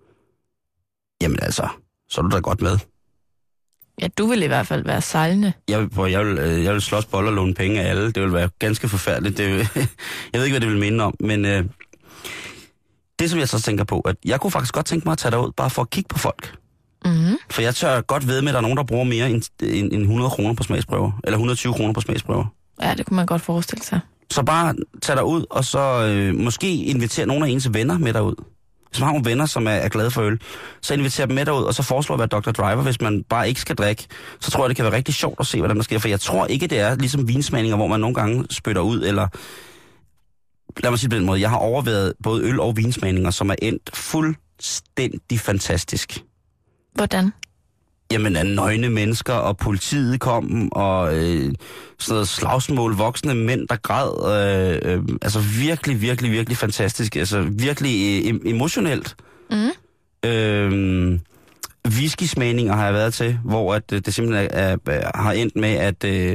jamen altså, så er du da godt med. Ja, du vil i hvert fald være sejlende. Jeg vil, jeg vil, jeg vil slås bold og låne penge af alle. Det vil være ganske forfærdeligt. Det vil, jeg ved ikke, hvad det vil minde om, men øh, det, som jeg så tænker på, at jeg kunne faktisk godt tænke mig at tage derud, bare for at kigge på folk. Mm-hmm. For jeg tør godt ved med, at der er nogen, der bruger mere end, end, end hundrede kroner på smagsprøver. Eller hundrede og tyve kroner på smagsprøver. Ja, det kunne man godt forestille sig. Så bare tag derud, og så øh, måske invitere nogle af ens venner med derud. Hvis man har nogle venner, som er, er glade for øl, så inviterer dem med derud, og så foreslår at være doktor Driver, hvis man bare ikke skal drikke. Så tror jeg, det kan være rigtig sjovt at se, hvordan der sker. For jeg tror ikke, det er ligesom vinsmagninger, hvor man nogle gange spytter ud, eller lad mig sige på den måde, jeg har overvejet både øl- og vinsmagninger, som er endt fuldstændig fantastisk. Hvordan? Jamen, at nøgne mennesker, og politiet kom, og øh, sådan noget slagsmål, voksne mænd, der græd. Øh, øh, altså virkelig, virkelig, virkelig fantastisk. Altså virkelig øh, emotionelt. Mm. Øh, Whisky-smagninger har jeg været til, hvor at, øh, det simpelthen er, er, har endt med, at øh,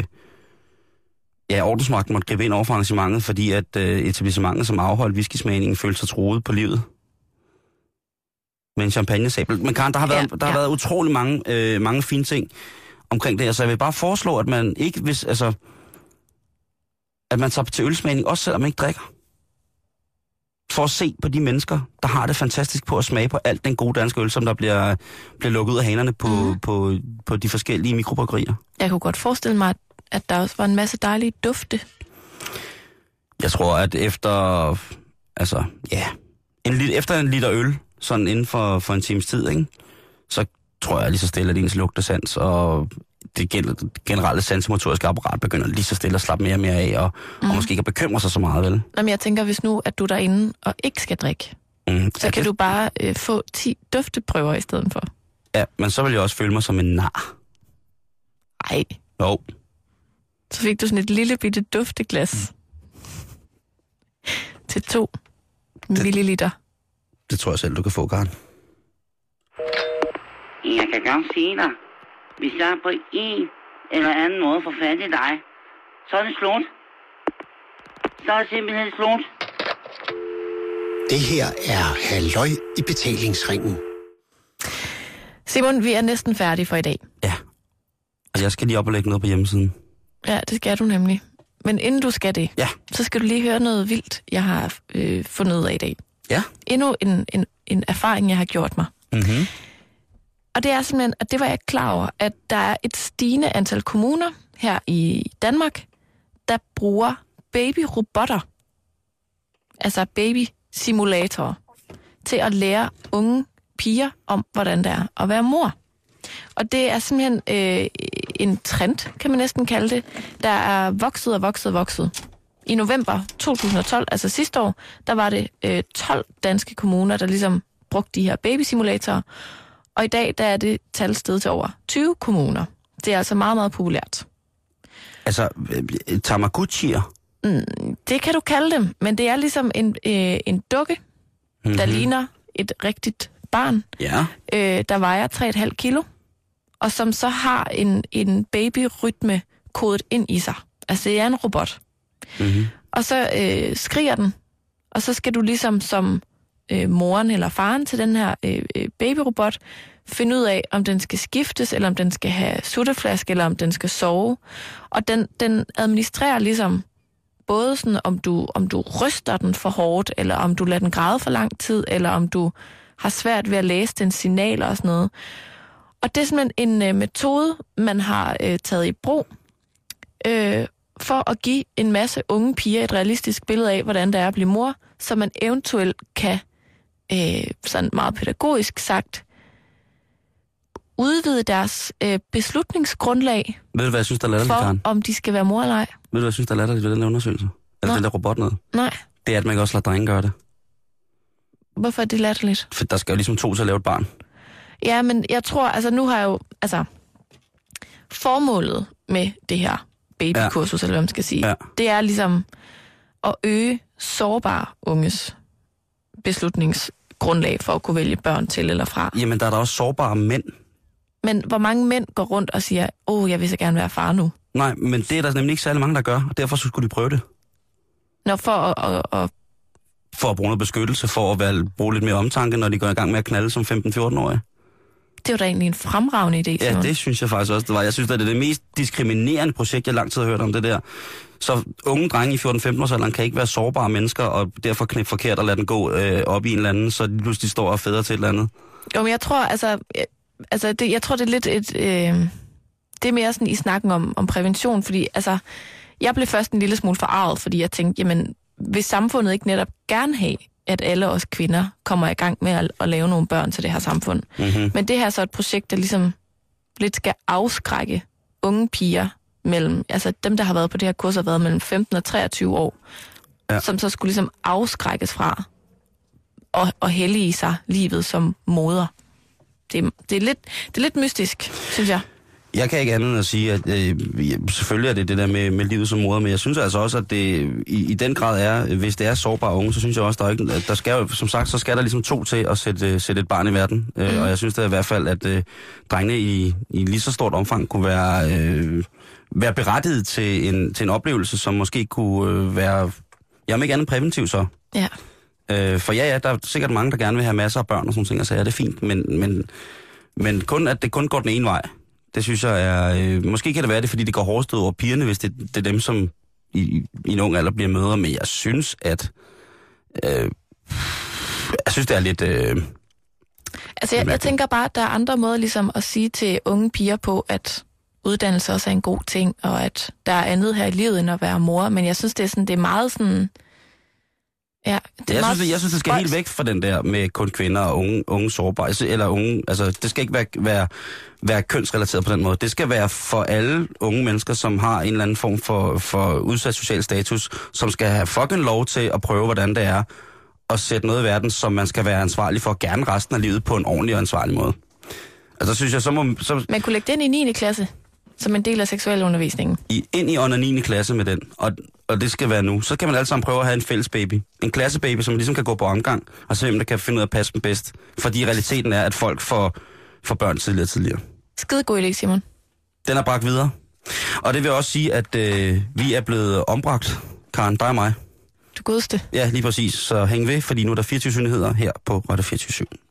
ja, ordensmagten måtte gribe ind over for arrangementet, fordi at øh, etablissementet, som afholdt whisky-smagningen, følte sig truet på livet. Med en champagnesabel. Men Karen, der har været, ja, der har ja. været utrolig mange, øh, mange fine ting omkring det her, så jeg vil bare foreslå, at man ikke, hvis, altså, at man tager til ølsmagning, også selvom man ikke drikker. For at se på de mennesker, der har det fantastisk på at smage på alt den gode danske øl, som der bliver, bliver lukket ud af hanerne på, mm. på, på de forskellige mikrobryggerier. Jeg kunne godt forestille mig, at der også var en masse dejlige dufte. Jeg tror, at efter, altså, ja, en, efter en liter øl, sådan inden for, for en times tid, ikke? Så tror jeg lige så stille, at ens lugtesans og det generelle sansemotoriske apparat begynder lige så stille at slappe mere og mere af, og, mm. og måske ikke at bekymre sig så meget, vel? Jamen, jeg tænker, hvis nu, at du er derinde og ikke skal drikke, mm. så kan det... du bare øh, få ti dufteprøver i stedet for. Ja, men så vil jeg også føle mig som en nar. Ej. Jo. Så fik du sådan et lille bitte dufteglas til to Det- milliliter. Det tror jeg selv, du kan få, Karen. Jeg kan godt sige dig, hvis jeg på en eller anden måde får fat i dig, så er det slut. Så er det simpelthen slut. Det her er Halløj i betalingsringen. Simon, vi er næsten færdige for i dag. Ja. Og jeg skal lige op og lægge noget på hjemmesiden. Ja, det skal du nemlig. Men inden du skal det, Ja. så skal du lige høre noget vildt, jeg har øh, fundet ud af i dag. Ja. Endnu en, en, en erfaring, jeg har gjort mig. Mm-hmm. Og det er simpelthen, at det var jeg klar over, at der er et stigende antal kommuner her i Danmark, der bruger babyrobotter, altså babysimulatorer, til at lære unge piger om, hvordan det er at være mor. Og det er simpelthen øh, en trend, kan man næsten kalde det, der er vokset og vokset og vokset. I november to tusind og tolv, altså sidste år, der var det øh, tolv danske kommuner, der ligesom brugte de her babysimulatorer. Og i dag, der er det tal steget til over tyve kommuner. Det er altså meget, meget populært. Altså, øh, Tamagotchi'er. Mm, det kan du kalde dem, men det er ligesom en, øh, en dukke, mm-hmm. der ligner et rigtigt barn, Ja. øh, der vejer tre komma fem kilo, og som så har en, en babyrytme kodet ind i sig. Altså, det er en robot. Mm-hmm. Og så øh, skriger den, og så skal du ligesom som øh, moren eller faren til den her øh, øh, babyrobot finde ud af, om den skal skiftes, eller om den skal have sutteflaske, eller om den skal sove. Og den, den administrerer ligesom både sådan, om du, om du ryster den for hårdt, eller om du lader den græde for lang tid, eller om du har svært ved at læse dens signaler og sådan noget. Og det er simpelthen en øh, metode, man har øh, taget i brug, øh, for at give en masse unge piger et realistisk billede af, hvordan det er at blive mor, så man eventuelt kan, øh, sådan meget pædagogisk sagt, udvide deres øh, beslutningsgrundlag Ved du, hvad jeg synes, der er latterligt, for, Karen? om de skal være mor eller ej. Ved du, hvad jeg synes, der er latterligt ved den der undersøgelse? Eller Nå. den der robot noget? Nej, Det er, at man kan også lade drenge gøre det. hvorfor er det latterligt? For der skal jo ligesom to til at lave et barn. Ja, men jeg tror, altså nu har jeg jo, altså, formålet med det her babykursus, ja. eller hvad man skal sige, Ja. det er ligesom at øge sårbare unges beslutningsgrundlag for at kunne vælge børn til eller fra. Jamen, der er der også sårbare mænd. Men hvor mange mænd går rundt og siger, åh, oh, jeg vil så gerne være far nu? Nej, men det er der nemlig ikke særlig mange, der gør, og derfor så skulle de prøve det. Når for at, at, at For at bruge noget beskyttelse, for at være, bruge lidt mere omtanke, når de går i gang med at knalde som femten-fjorten-årige. det var da egentlig en fremragende idé, Ja, Simon. det synes jeg faktisk også, det var. Jeg synes, at det er det mest diskriminerende projekt, jeg lang tid har hørt om det der. Så unge drenge i fjorten-femten-årsalderen kan ikke være sårbare mennesker, og derfor knæppe forkert og lade den gå øh, op i en eller anden, så de pludselig står og er fædre til et eller andet. Jo, men jeg tror, altså, jeg, altså det, jeg tror, det er lidt et, øh, det er mere sådan i snakken om, om prævention, fordi, altså, jeg blev først en lille smule forarvet, fordi jeg tænkte, jamen, vil samfundet ikke netop gerne have, at alle os kvinder kommer i gang med at, at lave nogle børn til det her samfund? Mm-hmm. Men det her er så et projekt, der ligesom lidt skal afskrække unge piger mellem, altså dem, der har været på det her kurs, har været mellem femten og treogtyve år, Ja. som så skulle ligesom afskrækkes fra og, og hellige sig livet som moder. Det, det, er lidt, det er lidt mystisk, synes jeg. Jeg kan ikke andet end at sige, at øh, selvfølgelig er det det der med, med livet som moder, men jeg synes altså også, at det i, i den grad er, hvis det er sårbare unge, så synes jeg også, der er ikke, at der skal jo, som sagt, så skal der ligesom to til at sætte, sætte et barn i verden. Mm. Øh, og jeg synes da i hvert fald, at øh, drengene i, i lige så stort omfang kunne være, øh, være berettiget til en, til en oplevelse, som måske kunne øh, være, jamen ikke andet præventiv så. Ja. Øh, for ja, ja, der er sikkert mange, der gerne vil have masser af børn og sådan ting, og så er det fint, men, men, men kun, at det kun går den ene vej. Det synes jeg er... Øh, måske kan det være det, fordi det går hårdest ud over pigerne, hvis det, det er dem, som i, i en ung alder bliver mødre. Men jeg synes, at... Øh, jeg synes, det er lidt... Øh, Altså, jeg, jeg tænker bare, at der er andre måder ligesom at sige til unge piger på, at uddannelse også er en god ting, og at der er andet her i livet end at være mor. Men jeg synes, det er, sådan, det er meget sådan... Ja, det er jeg, meget synes, det, jeg synes, det skal spøjst. helt væk fra den der med kun kvinder og unge, unge sårbare. Eller unge... Altså, det skal ikke være, være, være kønsrelateret på den måde. Det skal være for alle unge mennesker, som har en eller anden form for, for udsat social status, som skal have fucking lov til at prøve, hvordan det er at sætte noget i verden, som man skal være ansvarlig for gerne resten af livet på en ordentlig og ansvarlig måde. Altså, så synes jeg, så må... Så, Man kunne lægge den i niende klasse. som en del af seksualundervisningen. I, ind i under niende klasse med den, og, og det skal være nu. Så kan man alle sammen prøve at have en fælles baby. En klassebaby, som ligesom kan gå på omgang, og se hvem der kan finde ud af at passe dem bedst. Fordi realiteten er, at folk får, får børn tidligere og tidligere. Skide god idé, Simon. Den er bragt videre. Og det vil også sige, at øh, vi er blevet ombragt, Karen, dig og mig. Du godeste. Ja, lige præcis. Så hæng ved, fordi nu er der fireogtyve nyheder her på Radio fireogtyve syv.